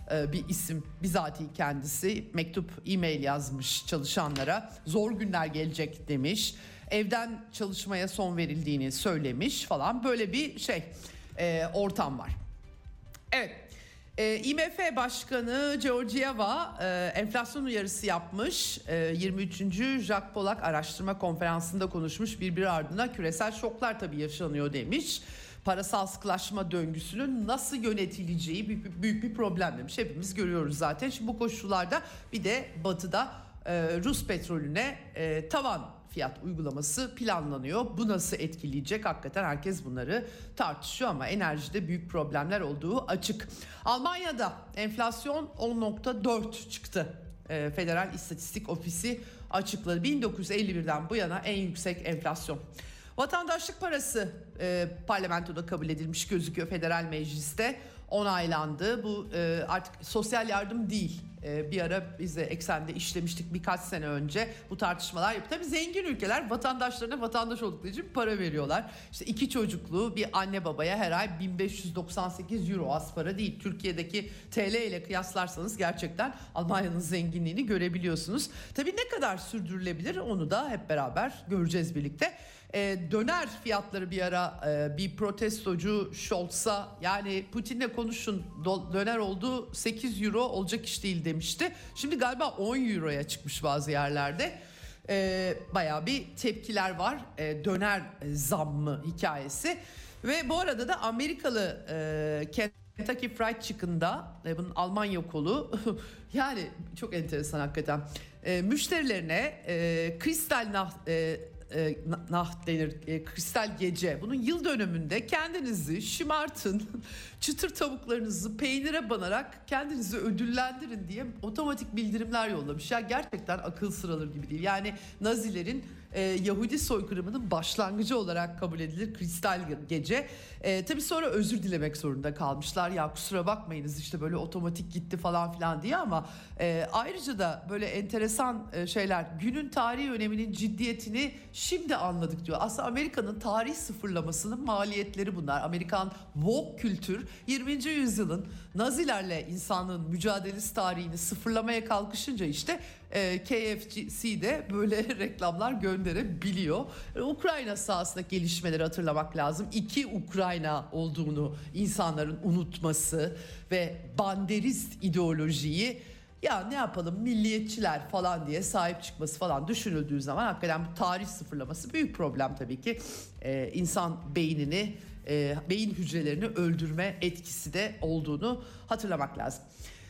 e, bir isim, bizatihi kendisi mektup, e-mail yazmış çalışanlara. Zor günler gelecek demiş. Evden çalışmaya son verildiğini söylemiş falan, böyle bir şey e, ortam var. Evet. E, I M F Başkanı Georgieva e, enflasyon uyarısı yapmış. E, yirmi üçüncü Jacques Polak Araştırma Konferansı'nda konuşmuş. Birbiri ardına küresel şoklar tabii yaşanıyor demiş. Parasal sıkılaşma döngüsünün nasıl yönetileceği büyük, büyük bir problem demiş. Hepimiz görüyoruz zaten. Şimdi bu koşullarda bir de Batı'da e, Rus petrolüne e, tavan fiyat uygulaması planlanıyor. Bu nasıl etkileyecek? Hakikaten herkes bunları tartışıyor ama enerjide büyük problemler olduğu açık. Almanya'da enflasyon on nokta dört çıktı. E, Federal İstatistik Ofisi açıkladı. bin dokuz yüz elli birden bu yana en yüksek enflasyon. Vatandaşlık parası e, parlamentoda kabul edilmiş gözüküyor, federal mecliste onaylandı. Bu e, artık sosyal yardım değil. E, bir ara bize Eksen'de işlemiştik birkaç sene önce, bu tartışmalar yapıyor. Tabii zengin ülkeler vatandaşlarına vatandaş oldukları için para veriyorlar. İşte iki çocuklu bir anne babaya her ay bin beş yüz doksan sekiz euro, az para değil. Türkiye'deki T L ile kıyaslarsanız gerçekten Almanya'nın zenginliğini görebiliyorsunuz. Tabii ne kadar sürdürülebilir onu da hep beraber göreceğiz birlikte. E, döner fiyatları bir ara e, bir protestocu Scholz'a, yani Putin'le konuşun, do, döner oldu sekiz euro, olacak iş değil demişti. Şimdi galiba on euroya çıkmış bazı yerlerde. E, bayağı bir tepkiler var e, döner zammı hikayesi. Ve bu arada da Amerikalı e, Kentucky Fried Chicken'da e, bunun Almanya kolu yani çok enteresan hakikaten. E, müşterilerine e, kristal nah e, E, nah denir, e, kristal gece, bunun yıl dönümünde kendinizi şımartın, çıtır tavuklarınızı peynire banarak kendinizi ödüllendirin diye otomatik bildirimler yollamış. Ya gerçekten akıl sır alır gibi değil. Yani Nazilerin e, Yahudi soykırımının başlangıcı olarak kabul edilir kristal gece. E, tabii sonra özür dilemek zorunda kalmışlar. Ya kusura bakmayınız işte böyle otomatik gitti falan filan diye, ama e, ayrıca da böyle enteresan e, şeyler, günün tarihi öneminin ciddiyetini şimdi anladık diyor. Aslında Amerika'nın tarih sıfırlamasının maliyetleri bunlar. Amerikan woke kültür yirminci yüzyılın Nazilerle insanlığın mücadelesi tarihini sıfırlamaya kalkışınca işte e, K F C de böyle reklamlar gönderebiliyor. E, Ukrayna sahasındaki gelişmeleri hatırlamak lazım. İki Ukrayna olduğunu insanların unutması ve banderist ideolojiyi, ya ne yapalım milliyetçiler falan diye sahip çıkması falan düşünüldüğü zaman hakikaten bu tarih sıfırlaması büyük problem tabii ki. Ee, insan beynini, e, beyin hücrelerini öldürme etkisi de olduğunu hatırlamak lazım.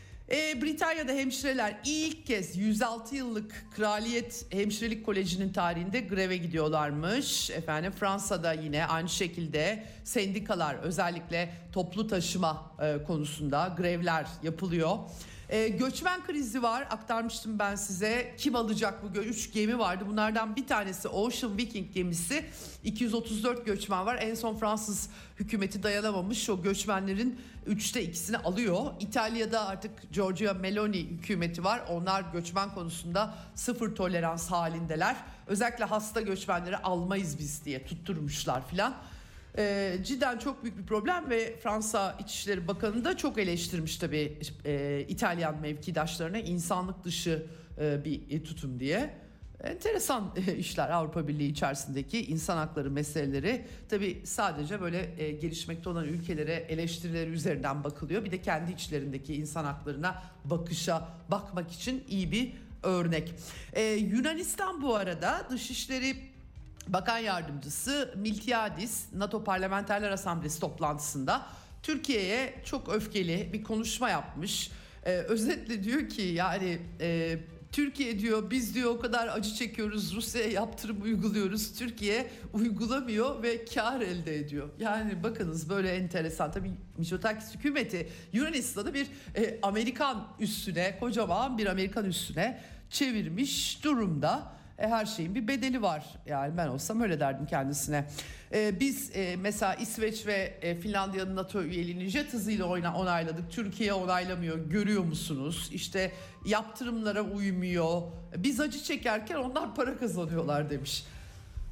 Ee, Britanya'da hemşireler ilk kez yüz altı yıllık Kraliyet Hemşirelik Koleji'nin tarihinde greve gidiyorlarmış. Efendim Fransa'da yine aynı şekilde sendikalar, özellikle toplu taşıma e, konusunda grevler yapılıyor. Ee, göçmen krizi var, aktarmıştım ben size. Kim alacak bu? Üç gemi vardı, bunlardan bir tanesi Ocean Viking gemisi. iki yüz otuz dört göçmen var. En son Fransız hükümeti dayanamamış, o göçmenlerin üçte ikisini alıyor. İtalya'da artık Giorgia Meloni hükümeti var. Onlar göçmen konusunda sıfır tolerans halindeler. Özellikle hasta göçmenleri almayız biz diye tutturmuşlar filan. E, cidden çok büyük bir problem ve Fransa İçişleri Bakanı da çok eleştirmiş tabii e, İtalyan mevkidaşlarına, insanlık dışı e, bir tutum diye. Enteresan e, işler Avrupa Birliği içerisindeki insan hakları meseleleri. Tabii sadece böyle e, gelişmekte olan ülkelere eleştirileri üzerinden bakılıyor. Bir de kendi içlerindeki insan haklarına bakışa bakmak için iyi bir örnek. E, Yunanistan bu arada Dışişleri Bakan Yardımcısı Miltiadis NATO Parlamenterler Asamblesi toplantısında Türkiye'ye çok öfkeli bir konuşma yapmış. Ee, özetle diyor ki yani e, Türkiye diyor, biz diyor o kadar acı çekiyoruz, Rusya'ya yaptırım uyguluyoruz, Türkiye uygulamıyor ve kar elde ediyor. Yani bakınız böyle enteresan. Tabii Mitsotakis hükümeti Yunanistan'ı bir e, Amerikan üssüne, kocaman bir Amerikan üssüne çevirmiş durumda. E, her şeyin bir bedeli var. Yani ben olsam öyle derdim kendisine. E, biz e, mesela İsveç ve e, Finlandiya'nın NATO üyeliğini jet hızıyla onayladık. Türkiye onaylamıyor. Görüyor musunuz? İşte yaptırımlara uymuyor. Biz acı çekerken onlar para kazanıyorlar demiş.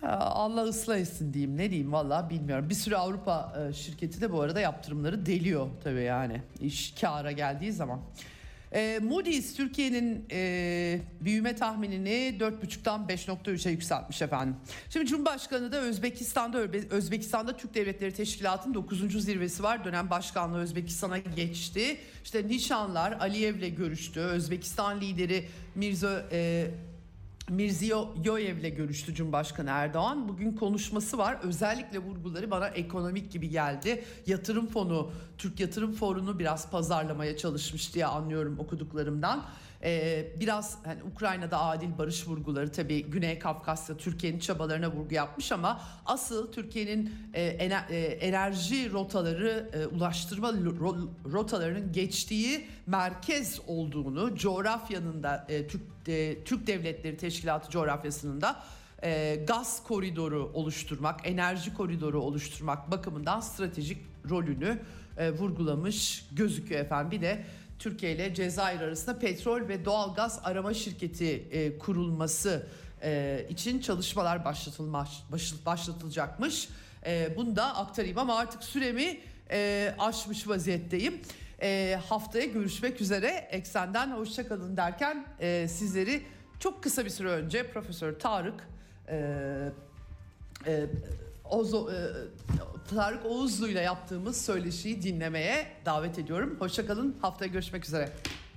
Allah ıslah etsin diyeyim, ne diyeyim vallahi bilmiyorum. Bir sürü Avrupa şirketi de bu arada yaptırımları deliyor tabii, yani iş kâra geldiği zaman. E, Moody's Türkiye'nin e, büyüme tahminini dört buçuktan beş nokta üçe yükseltmiş efendim. Şimdi Cumhurbaşkanı da Özbekistan'da Özbekistan'da Türk Devletleri Teşkilatı'nın dokuzuncu zirvesi var. Dönem başkanlığı Özbekistan'a geçti. İşte nişanlar Aliyev'le görüştü. Özbekistan lideri Mirzo e, Mirziyoyev'le görüştü Cumhurbaşkanı Erdoğan. Bugün konuşması var. Özellikle vurguları bana ekonomik gibi geldi. Yatırım fonu, Türk Yatırım Fonu'nu biraz pazarlamaya çalışmış diye anlıyorum okuduklarımdan. Ee, biraz hani Ukrayna'da adil barış vurguları, tabii Güney Kafkasya Türkiye'nin çabalarına vurgu yapmış ama asıl Türkiye'nin e, ener, e, enerji rotaları, e, ulaştırma ro, rotalarının geçtiği merkez olduğunu, coğrafyanın da e, Türk e, Türk Devletleri Teşkilatı coğrafyasının da e, gaz koridoru oluşturmak, enerji koridoru oluşturmak bakımından stratejik rolünü e, vurgulamış gözüküyor efendim. Bir de Türkiye ile Cezayir arasında petrol ve doğalgaz arama şirketi e, kurulması e, için çalışmalar başlatılmış, başlatılacakmış. E, bunu da aktarayım ama artık süremi e, aşmış vaziyetteyim. E, haftaya görüşmek üzere. Eksen'den hoşça kalın derken e, sizleri çok kısa bir süre önce Profesör Tarık e, e, Ozo, e, Tarık Oğuzlu ile yaptığımız söyleşiyi dinlemeye davet ediyorum. Hoşça kalın. Haftaya görüşmek üzere.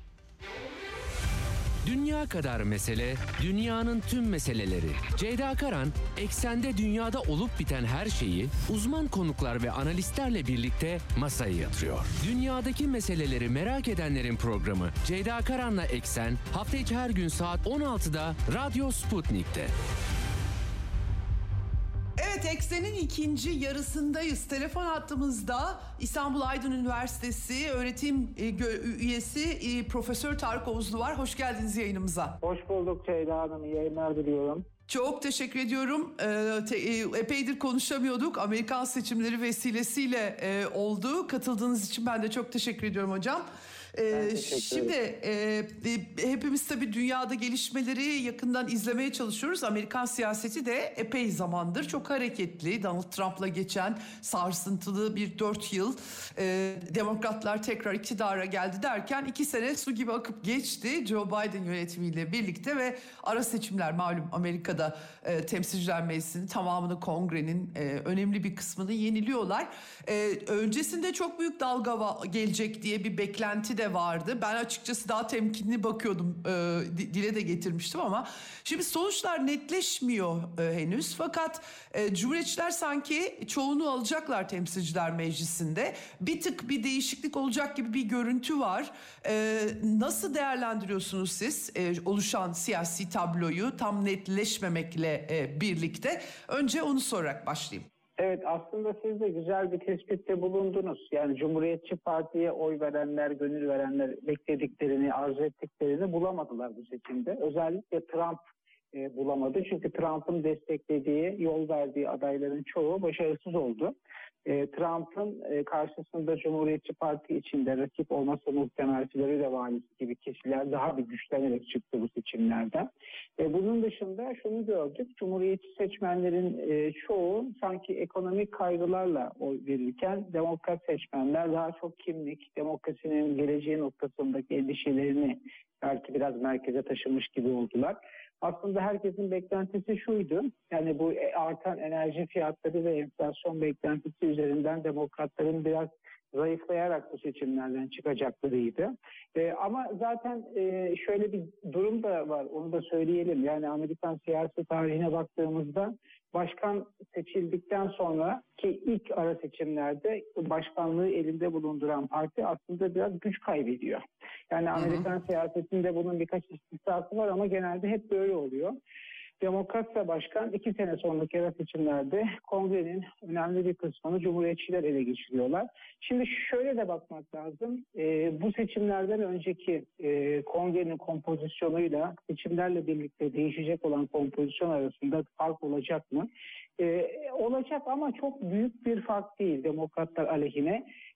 Dünya kadar mesele, dünyanın tüm meseleleri. Ceyda Karan, Eksen'de dünyada olup biten her şeyi uzman konuklar ve analistlerle birlikte masaya yatırıyor. Dünyadaki meseleleri merak edenlerin programı Ceyda Karan'la Eksen, hafta içi her gün saat on altıda Radyo Sputnik'te. Evet, Eksen'in ikinci yarısındayız. Telefon hattımızda İstanbul Aydın Üniversitesi öğretim üyesi Profesör Tarık Oğuzlu var. Hoş geldiniz yayınımıza. Hoş bulduk Ceyda Hanım. İyi yayınlar diliyorum. Çok teşekkür ediyorum. Ee, te, epeydir konuşamıyorduk. Amerikan seçimleri vesilesiyle e, oldu. Katıldığınız için ben de çok teşekkür ediyorum hocam. Ee, şimdi e, hepimiz tabii dünyada gelişmeleri yakından izlemeye çalışıyoruz. Amerikan siyaseti de epey zamandır çok hareketli. Donald Trump'la geçen sarsıntılı bir dört yıl, e, Demokratlar tekrar iktidara geldi derken iki sene su gibi akıp geçti Joe Biden yönetimiyle birlikte ve ara seçimler, malum Amerika'da e, Temsilciler Meclisi'nin tamamını, Kongre'nin e, önemli bir kısmını yeniliyorlar. E, öncesinde çok büyük dalga gelecek diye bir beklenti de vardı. Ben açıkçası daha temkinli bakıyordum, e, dile de getirmiştim ama şimdi sonuçlar netleşmiyor e, henüz. Fakat e, Cumhuriyetçiler sanki çoğunu alacaklar Temsilciler Meclisi'nde. Bir tık bir değişiklik olacak gibi bir görüntü var. E, nasıl değerlendiriyorsunuz siz e, oluşan siyasi tabloyu tam netleşmemekle e, birlikte? Önce onu sorarak başlayayım. Evet, aslında siz de güzel bir tespitte bulundunuz. Yani Cumhuriyetçi Parti'ye oy verenler, gönül verenler beklediklerini, arzu ettiklerini bulamadılar bu seçimde. Özellikle Trump e, bulamadı. Çünkü Trump'ın desteklediği, yol verdiği adayların çoğu başarısız oldu. E, Trump'ın e, karşısında Cumhuriyetçi Parti içinde rakip olması muhtemel Florida valisi gibi kişiler daha bir güçlenerek çıktı bu seçimlerden. E, bunun dışında şunu gördük. Cumhuriyetçi seçmenlerin e, çoğu sanki ekonomik kaygılarla oy verirken demokrat seçmenler daha çok kimlik, demokrasinin geleceği noktasındaki endişelerini belki biraz merkeze taşımış gibi oldular. Aslında herkesin beklentisi şuydu. Yani bu artan enerji fiyatları ve enflasyon beklentisi üzerinden demokratların biraz zayıflayarak bu seçimlerden çıkacaklarıydı. Ee, ama zaten e, şöyle bir durum da var, onu da söyleyelim. Yani Amerikan siyasi tarihine baktığımızda başkan seçildikten sonra ki ilk ara seçimlerde başkanlığı elinde bulunduran parti aslında biraz güç kaybediyor. Yani Amerikan hı hı. siyasetinde bunun birkaç istisnası var ama genelde hep böyle oluyor. Demokratsa başkan iki sene sonraki yerel seçimlerde Kongre'nin önemli bir kısmını Cumhuriyetçiler ele geçiriyorlar. Şimdi şöyle de bakmak lazım. E, bu seçimlerden önceki e, Kongre'nin kompozisyonuyla seçimlerle birlikte değişecek olan kompozisyon arasında fark olacak mı? E, olacak ama çok büyük bir fark değil Demokratlar aleyhine.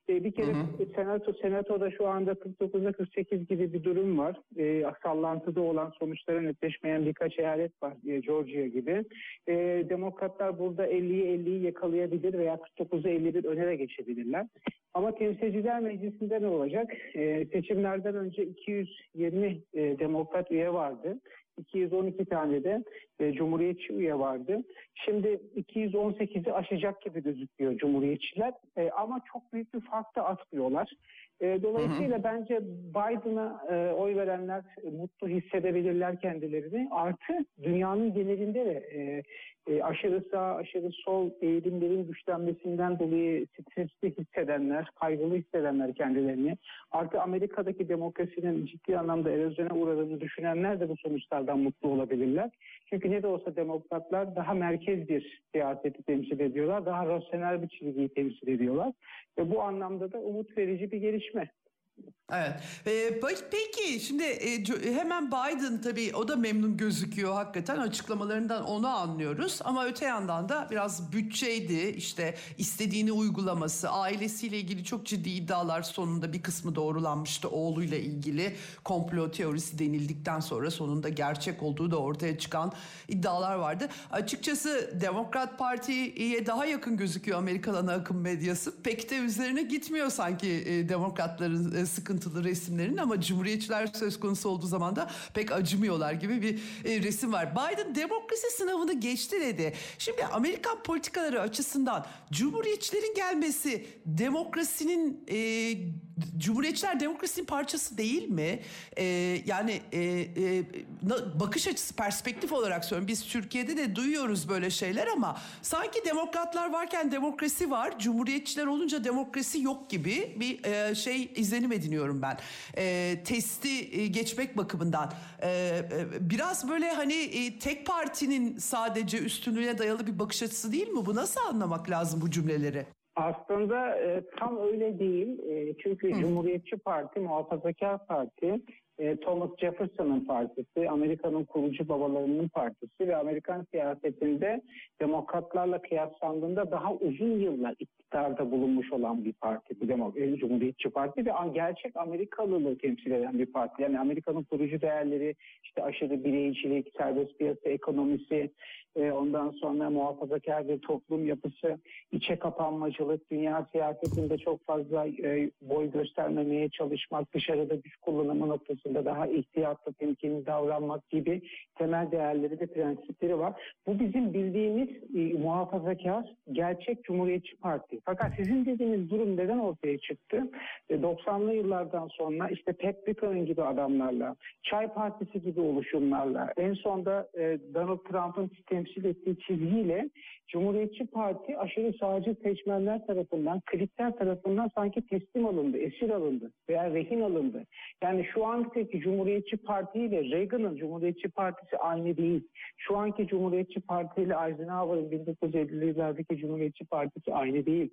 E, bir kere hı hı. Senato, Senato'da şu anda kırk dokuz'a kırk sekiz gibi bir durum var. E, sallantıda olan, sonuçları netleşmeyen birkaç eyalet var. E, Georgia gibi. E, Demokratlar burada elliye elliyi yakalayabilir veya kırk dokuz'a elli bir öne de geçebilirler. Ama Temsilciler Meclisi'nde ne olacak? E, seçimlerden önce iki yüz yirmi e, Demokrat üye vardı. iki yüz on iki tane de e, Cumhuriyetçi üye vardı. Şimdi iki yüz on sekizi aşacak gibi gözüküyor Cumhuriyetçiler. E, ama çok büyük bir fark da atmıyorlar. E, dolayısıyla hı hı. bence Biden'a e, oy verenler e, mutlu hissedebilirler kendilerini. Artı dünyanın genelinde de e, e, aşırı sağ, aşırı sol eğilimlerin güçlenmesinden dolayı stresli hissedenler, kaygılı hissedenler kendilerini. Artı Amerika'daki demokrasinin ciddi anlamda erozyona uğradığını düşünenler de bu sonuçlardan mutlu olabilirler. Çünkü ne de olsa demokratlar daha merkez bir siyaseti temsil ediyorlar. Daha rasyonel bir çizgiyi temsil ediyorlar. Ve bu anlamda da umut verici bir gelişme. Evet. Ee, peki şimdi e, hemen Biden tabii o da memnun gözüküyor hakikaten, açıklamalarından onu anlıyoruz ama öte yandan da biraz bütçeydi, işte istediğini uygulaması, ailesiyle ilgili çok ciddi iddialar, sonunda bir kısmı doğrulanmıştı, oğluyla ilgili komplo teorisi denildikten sonra sonunda gerçek olduğu da ortaya çıkan iddialar vardı. Açıkçası Demokrat Parti'ye daha yakın gözüküyor Amerikan ana akım medyası, pek de üzerine gitmiyor sanki e, demokratların e, sıkıntılı resimlerin, ama Cumhuriyetçiler söz konusu olduğu zaman da pek acımıyorlar gibi bir e, resim var. Biden demokrasi sınavını geçti dedi. Şimdi Amerikan politikaları açısından Cumhuriyetçilerin gelmesi demokrasinin e, Cumhuriyetçiler demokrasinin parçası değil mi? E, yani e, e, bakış açısı, perspektif olarak söylüyorum. Biz Türkiye'de de duyuyoruz böyle şeyler ama sanki demokratlar varken demokrasi var, Cumhuriyetçiler olunca demokrasi yok gibi bir e, şey izlenim ediniyorum ben. E, testi e, geçmek bakımından. E, e, biraz böyle hani e, tek partinin sadece üstünlüğüne dayalı bir bakış açısı değil mi? Bu nasıl anlamak lazım bu cümleleri? Aslında e, tam öyle değil. E, çünkü Hı. Cumhuriyetçi Parti, Muhafazakar Parti, e, Thomas Jefferson'ın partisi, Amerika'nın kurucu babalarının partisi ve Amerikan siyasetinde demokratlarla kıyaslandığında daha uzun yıllar iktidarda bulunmuş olan bir parti, bir Demok- Cumhuriyetçi Parti ve gerçek Amerikalılığı temsil eden bir parti. Yani Amerika'nın kurucu değerleri, işte aşırı bireycilik, serbest piyasa ekonomisi, e, ondan sonra muhafazakar bir toplum yapısı, içe kapanmacılık, dünya siyasetinde çok fazla e, boy göstermemeye çalışmak, dışarıda güç kullanımı noktasında daha ihtiyatlı, temkinli davranmak gibi temel değerleri ve prensipleri var. Bu bizim bildiğimiz e, muhafazakar, gerçek Cumhuriyetçi Parti. Fakat sizin dediğiniz durum neden ortaya çıktı? E, doksanlı yıllardan sonra işte Pat Buchanan gibi adamlarla, Çay Partisi gibi oluşumlarla, en sonda e, Donald Trump'ın temsil ettiği çizgiyle Cumhuriyetçi Parti aşırı sağcı seçmenler tarafından, klikler tarafından sanki teslim alındı, esir alındı veya rehin alındı. Yani şu anki Cumhuriyetçi Parti ile Reagan'ın Cumhuriyetçi Partisi aynı değil. Şu anki Cumhuriyetçi Parti ile Eisenhower'ın bin dokuz yüz ellili yıllardaki Cumhuriyetçi Partisi aynı değil.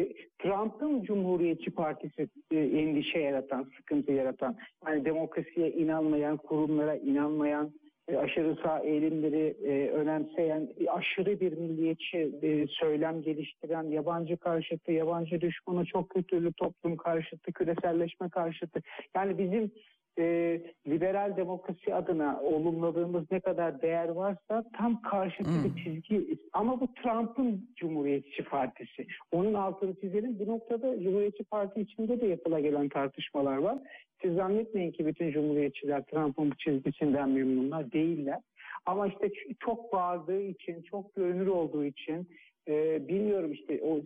Trump'ın Cumhuriyetçi Partisi endişe yaratan, sıkıntı yaratan, yani demokrasiye inanmayan, kurumlara inanmayan, aşırı sağ eğilimleri e, önemseyen, aşırı bir milliyetçi e, söylem geliştiren, yabancı karşıtı, yabancı düşmanı, çok kültürlü toplum karşıtı, küreselleşme karşıtı. Yani bizim e, liberal demokrasi adına olumladığımız ne kadar değer varsa tam karşıtı hmm. bir çizgi. Ama bu Trump'ın Cumhuriyetçi Partisi. Onun altını çizelim. Bu noktada Cumhuriyetçi Parti içinde de yapıla gelen tartışmalar var. Siz zannetmeyin ki bütün Cumhuriyetçiler Trump'ın çizgisinden memnunlar, değiller. Ama işte çok bağırdığı için, çok görünür olduğu için, e, bilmiyorum işte o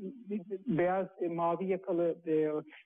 beyaz, e, mavi yakalı e,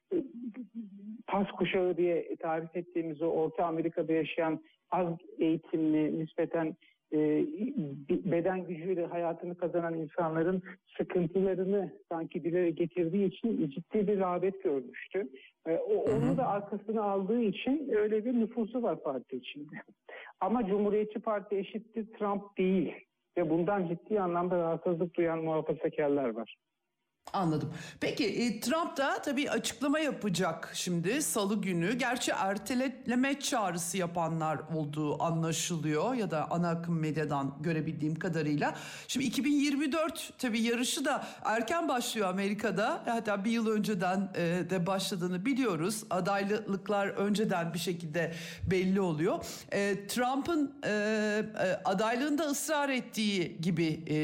pas kuşağı diye tarif ettiğimiz o Orta Amerika'da yaşayan az eğitimli, nispeten e, beden gücüyle hayatını kazanan insanların sıkıntılarını sanki dile getirdiği için ciddi bir rağbet görmüştü. E, o, onu da arkasına aldığı için öyle bir nüfusu var parti içinde. Ama Cumhuriyetçi Parti eşittir Trump değil ve bundan ciddi anlamda rahatsızlık duyan muhafazakarlar var. Anladım. Peki e, Trump da tabii açıklama yapacak şimdi Salı günü. Gerçi erteleme çağrısı yapanlar olduğu anlaşılıyor ya da ana akım medyadan görebildiğim kadarıyla. Şimdi iki bin yirmi dört tabii yarışı da erken başlıyor Amerika'da. Hatta bir yıl önceden e, de başladığını biliyoruz. Adaylıklar önceden bir şekilde belli oluyor. E, Trump'ın e, e, adaylığında ısrar ettiği gibi e,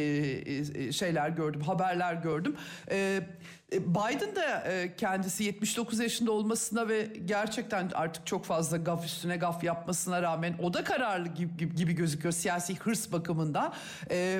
e, şeyler gördüm, haberler gördüm. E, Biden de kendisi yetmiş dokuz yaşında olmasına ve gerçekten artık çok fazla gaf üstüne gaf yapmasına rağmen o da kararlı gibi, gibi gözüküyor siyasi hırs bakımından. E,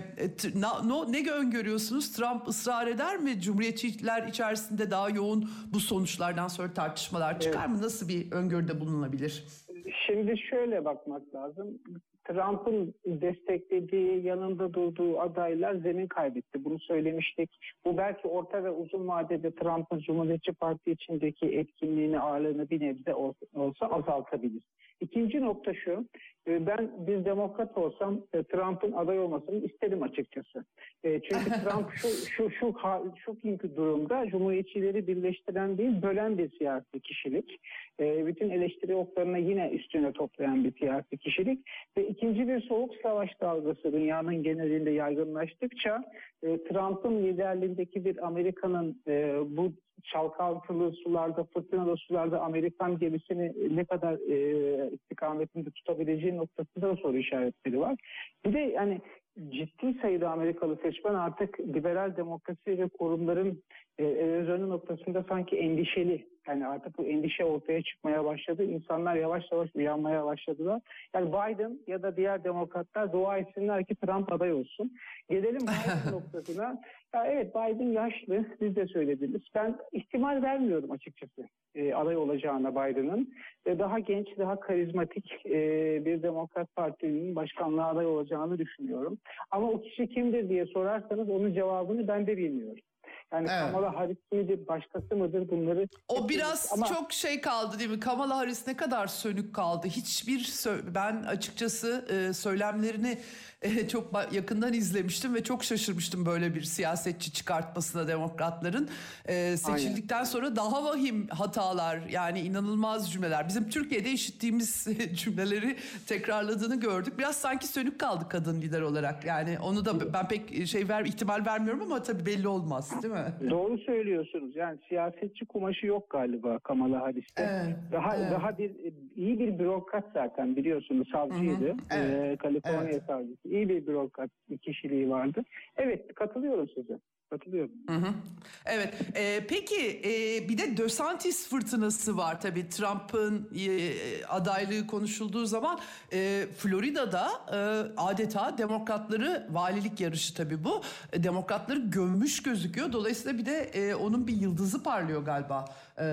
ne, ne öngörüyorsunuz? Trump ısrar eder mi? Cumhuriyetçiler içerisinde daha yoğun bu sonuçlardan sonra tartışmalar çıkar mı? Nasıl bir öngörüde bulunabilir? Şimdi şöyle bakmak lazım. Trump'ın desteklediği, yanında durduğu adaylar zemin kaybetti. Bunu söylemiştik. Bu belki orta ve uzun vadede Trump'ın Cumhuriyetçi Parti içindeki etkinliğini, ağırlığını bir nebze olsa azaltabilir. İkinci nokta şu, ben bir demokrat olsam Trump'ın aday olmasını isterim açıkçası. Çünkü Trump şu şu şu şu günkü durumda Cumhuriyetçileri birleştiren değil, bölen bir siyasi kişilik. Bütün eleştiri oklarını yine üstüne toplayan bir siyasi kişilik. Ve ikinci bir soğuk savaş dalgası dünyanın genelinde yaygınlaştıkça Trump'ın liderliğindeki bir Amerika'nın bu çalkantılı sularda, fırtınalı sularda Amerikan gemisini ne kadar e, istikametinde tutabileceği noktasında da soru işaretleri var. Bir de yani ciddi sayıda Amerikalı seçmen artık liberal demokrasi ve kurumların e, erozyonu noktasında sanki endişeli. Yani artık bu endişe ortaya çıkmaya başladı. İnsanlar yavaş yavaş uyanmaya başladılar. Yani Biden ya da diğer demokratlar dua etsinler ki Trump aday olsun. Gelelim Biden noktasına. Ya evet, Biden yaşlı, siz de söylediniz. Ben ihtimal vermiyorum açıkçası e, aday olacağına Biden'ın. E, daha genç, daha karizmatik e, bir Demokrat Parti'nin başkanlığa aday olacağını düşünüyorum. Ama o kişi kimdir diye sorarsanız onun cevabını ben de bilmiyorum. Yani evet. Kamala Harris midir, başkası mıdır, bunları... O biraz ama... çok şey kaldı değil mi? Kamala Harris ne kadar sönük kaldı. Hiçbir sö- ben açıkçası e, söylemlerini e, çok yakından izlemiştim ve çok şaşırmıştım böyle bir siyasetçi çıkartmasına demokratların. E, seçildikten Aynen. sonra daha vahim hatalar, yani inanılmaz cümleler. Bizim Türkiye'de işittiğimiz cümleleri tekrarladığını gördük. Biraz sanki sönük kaldı kadın lider olarak. Yani onu da ben pek şey ver ihtimal vermiyorum ama tabii belli olmaz, değil mi? Doğru söylüyorsunuz. Yani siyasetçi kumaşı yok galiba Kamala Harris'te. Evet, daha evet. daha bir iyi bir bürokrat zaten, biliyorsunuz, savcıydı. Evet, ee, Kaliforniya evet. savcısı. İyi bir bürokrat bir kişiliği vardı. Evet, katılıyorum size. Katılıyorum. Hı hı. Evet. Ee, peki e, bir de DeSantis fırtınası var tabii. Trump'ın e, adaylığı konuşulduğu zaman e, Florida'da e, adeta demokratları, valilik yarışı tabii bu. E, demokratları gömmüş gözüküyor. Dolayısıyla bir de e, onun bir yıldızı parlıyor galiba. E,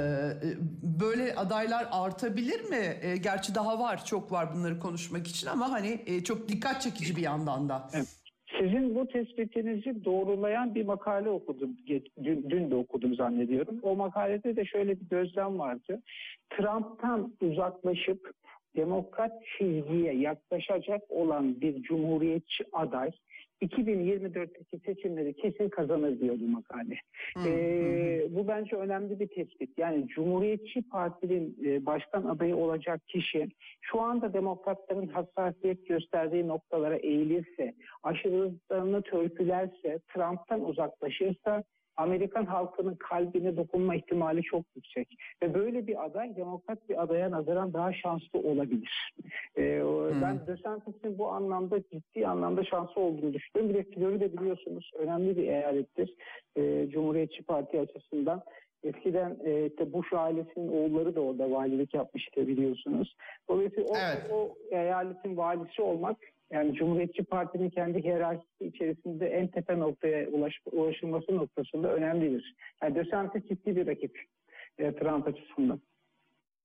böyle adaylar artabilir mi? E, gerçi daha var, çok var bunları konuşmak için ama hani e, çok dikkat çekici bir yandan da. Evet. Sizin bu tespitinizi doğrulayan bir makale okudum. Dün, dün de okudum zannediyorum. O makalede de şöyle bir gözlem vardı. Trump'tan uzaklaşıp demokrat çizgiye yaklaşacak olan bir cumhuriyetçi aday iki bin yirmi dörtteki seçimleri kesin kazanır diyordu makale. Hı, ee, hı. Bu bence önemli bir tespit. Yani Cumhuriyetçi Parti'nin e, başkan adayı olacak kişi şu anda demokratların hassasiyet gösterdiği noktalara eğilirse, aşırılıklarını törpülerse, Trump'tan uzaklaşırsa Amerikan halkının kalbine dokunma ihtimali çok yüksek. Ve böyle bir aday demokrat bir adaya nazaran daha şanslı olabilir. Ee, hmm. Ben DeSantis'in bu anlamda ciddi anlamda şanslı olduğunu düşünüyorum. Bir de Florida biliyorsunuz önemli bir eyalettir. Ee, Cumhuriyetçi Parti açısından. Eskiden e, işte Bush ailesinin oğulları da orada valilik yapmıştı biliyorsunuz. Dolayısıyla o, evet. o eyaletin valisi olmak, yani Cumhuriyetçi Parti'nin kendi hiyerarşisi içerisinde en tepe noktaya ulaş, ulaşılması noktasında önemlidir. Yani DeSantis ciddi bir rakip e, Trump açısından.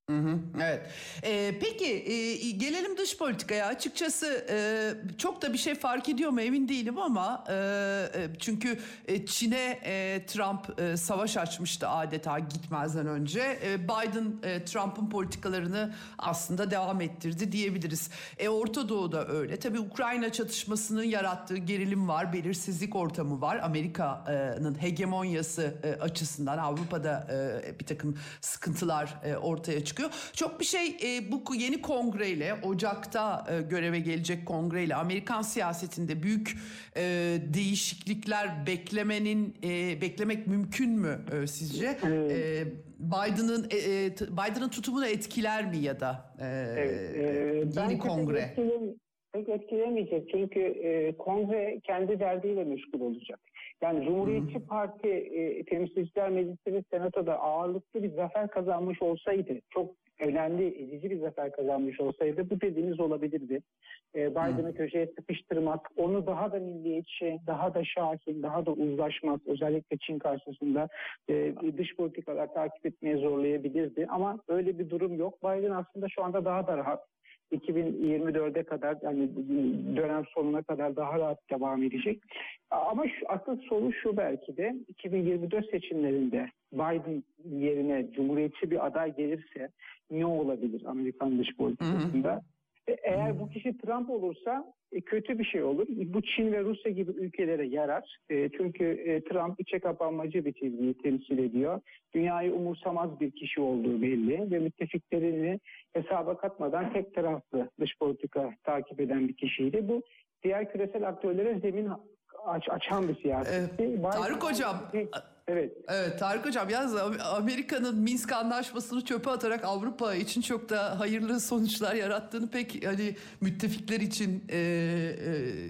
Hı hı, evet. Ee, peki e, gelelim dış politikaya. Açıkçası e, çok da bir şey fark ediyor mu emin değilim ama e, e, çünkü e, Çin'e e, Trump e, savaş açmıştı adeta gitmezden önce. E, Biden e, Trump'ın politikalarını aslında devam ettirdi diyebiliriz. E, Orta Doğu'da öyle. Tabii Ukrayna çatışmasının yarattığı gerilim var, belirsizlik ortamı var. Amerika'nın hegemonyası e, açısından Avrupa'da e, bir takım sıkıntılar e, ortaya çıkıyor. Çok bir şey e, bu yeni kongreyle, Ocak'ta e, göreve gelecek kongreyle Amerikan siyasetinde büyük e, değişiklikler beklemenin e, beklemek mümkün mü e, sizce? E, Biden'ın e, e, Biden'ın tutumunu etkiler mi ya da e, evet, e, yeni kongre? Pek, pek etkilemeyecek çünkü e, kongre kendi derdiyle meşgul olacak. Yani Cumhuriyetçi hmm. Parti e, Temsilciler Meclisi ve Senato'da ağırlıklı bir zafer kazanmış olsaydı, çok önemli, edici bir zafer kazanmış olsaydı bu dediğiniz olabilirdi. E, Biden'ı hmm. köşeye sıkıştırmak, onu daha da milliyetçi, daha da şahin, daha da uzlaşmaz, özellikle Çin karşısında e, dış politikalar takip etmeye zorlayabilirdi. Ama öyle bir durum yok. Biden aslında şu anda daha da rahat. iki bin yirmi dörde kadar, yani dönem sonuna kadar daha rahat devam edecek. Ama şu, asıl soru şu belki de iki bin yirmi dört seçimlerinde Biden yerine Cumhuriyetçi bir aday gelirse ne olabilir Amerikan dış politikasında? Eğer bu kişi Trump olursa kötü bir şey olur. Bu Çin ve Rusya gibi ülkelere yarar. Çünkü Trump içe kapanmacı bir çizgiyi temsil ediyor. Dünyayı umursamaz bir kişi olduğu belli ve müttefiklerini hesaba katmadan tek taraflı dış politika takip eden bir kişiydi. Bu diğer küresel aktörlere zemin aç, açan bir siyaset. Ee, Tarık Hocam. Evet. Evet Tarık Hocam, yalnız Amerika'nın Minsk Anlaşması'nı çöpe atarak Avrupa için çok da hayırlı sonuçlar yarattığını pek hani müttefikler için e, e,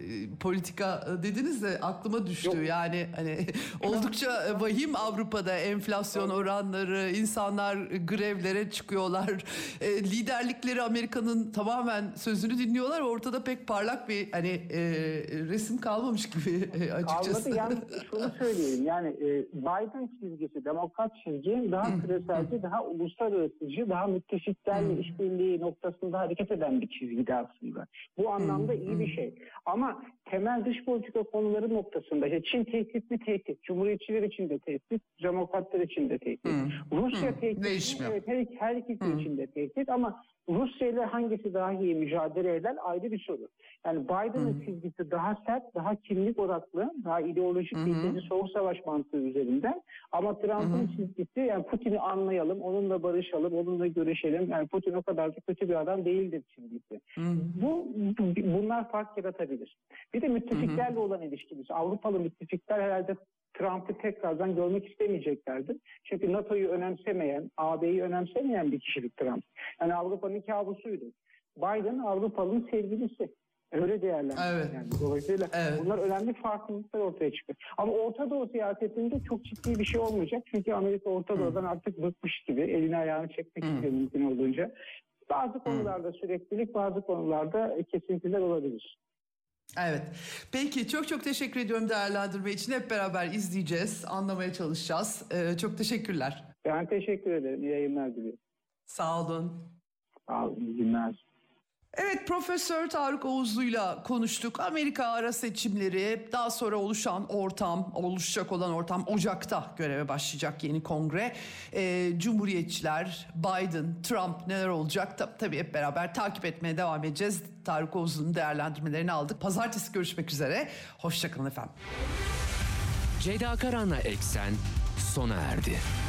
politika dediniz de aklıma düştü. Yok. Yani hani oldukça vahim Avrupa'da enflasyon oranları, insanlar grevlere çıkıyorlar. E, liderlikleri Amerika'nın tamamen sözünü dinliyorlar. Ortada pek parlak bir hani e, resim kalmamış gibi e, açıkçası. Kalmadı. Yani şunu söyleyeyim. Yani e, Biden çizgisi, demokrat çizgi daha küreselci, daha uluslararasıcı, daha müttefiklerle işbirliği noktasında hareket eden bir çizgide aslında. Bu anlamda iyi bir şey. Ama temel dış politika konuları noktasında işte Çin tehdit mi tehdit, Cumhuriyetçiler için de tehdit, demokratlar için de tehdit. Rusya tehdit mi? Evet, her, her ikisi için de tehdit ama Rusya ile hangisi daha iyi mücadele eder ayrı bir soru. Yani Biden'ın çizgisi daha sert, daha kimlik odaklı, daha ideolojik bir soğuk savaş mantığı üzerinden. Ama Trump'ın çizgisi yani Putin'i anlayalım, onunla barışalım, onunla görüşelim. Yani Putin o kadar da kötü bir adam değildir çizgisi. Bu, bunlar fark yaratabilir. Bir de müttefiklerle olan ilişkimiz. Avrupalı müttefikler herhalde Trump'ı tekrardan görmek istemeyeceklerdir. Çünkü NATO'yu önemsemeyen, A B'yi önemsemeyen bir kişilik Trump. Yani Avrupa'nın kabusuydu. Biden Avrupalı'nın sevgilisi. Öyle değerlendiriyor. Evet. Yani. Dolayısıyla evet. Bunlar önemli farklılıklar ortaya çıkıyor. Ama Orta Doğu siyasetinde çok ciddi bir şey olmayacak. Çünkü Amerika Orta Doğu'dan artık bıkmış gibi. Elini ayağını çekmek istiyor mümkün olduğunca. Bazı konularda süreklilik, bazı konularda kesintiler olabilir. Evet. Peki çok çok teşekkür ediyorum değerlendirme için. Hep beraber izleyeceğiz, anlamaya çalışacağız. Ee, çok teşekkürler. Ben teşekkür ederim. İyi yayınlar diliyorum. Sağ olun. Sağ olun. İyi günler. Evet, Profesör Tarık Oğuzlu'yla konuştuk. Amerika ara seçimleri, daha sonra oluşan ortam, oluşacak olan ortam, Ocak'ta göreve başlayacak yeni kongre. Ee, Cumhuriyetçiler, Biden, Trump neler olacak? Tab- tabii hep beraber takip etmeye devam edeceğiz. Tarık Oğuzlu'nun değerlendirmelerini aldık. Pazartesi görüşmek üzere. Hoşçakalın efendim. Ceyda Karan'la Eksen sona erdi.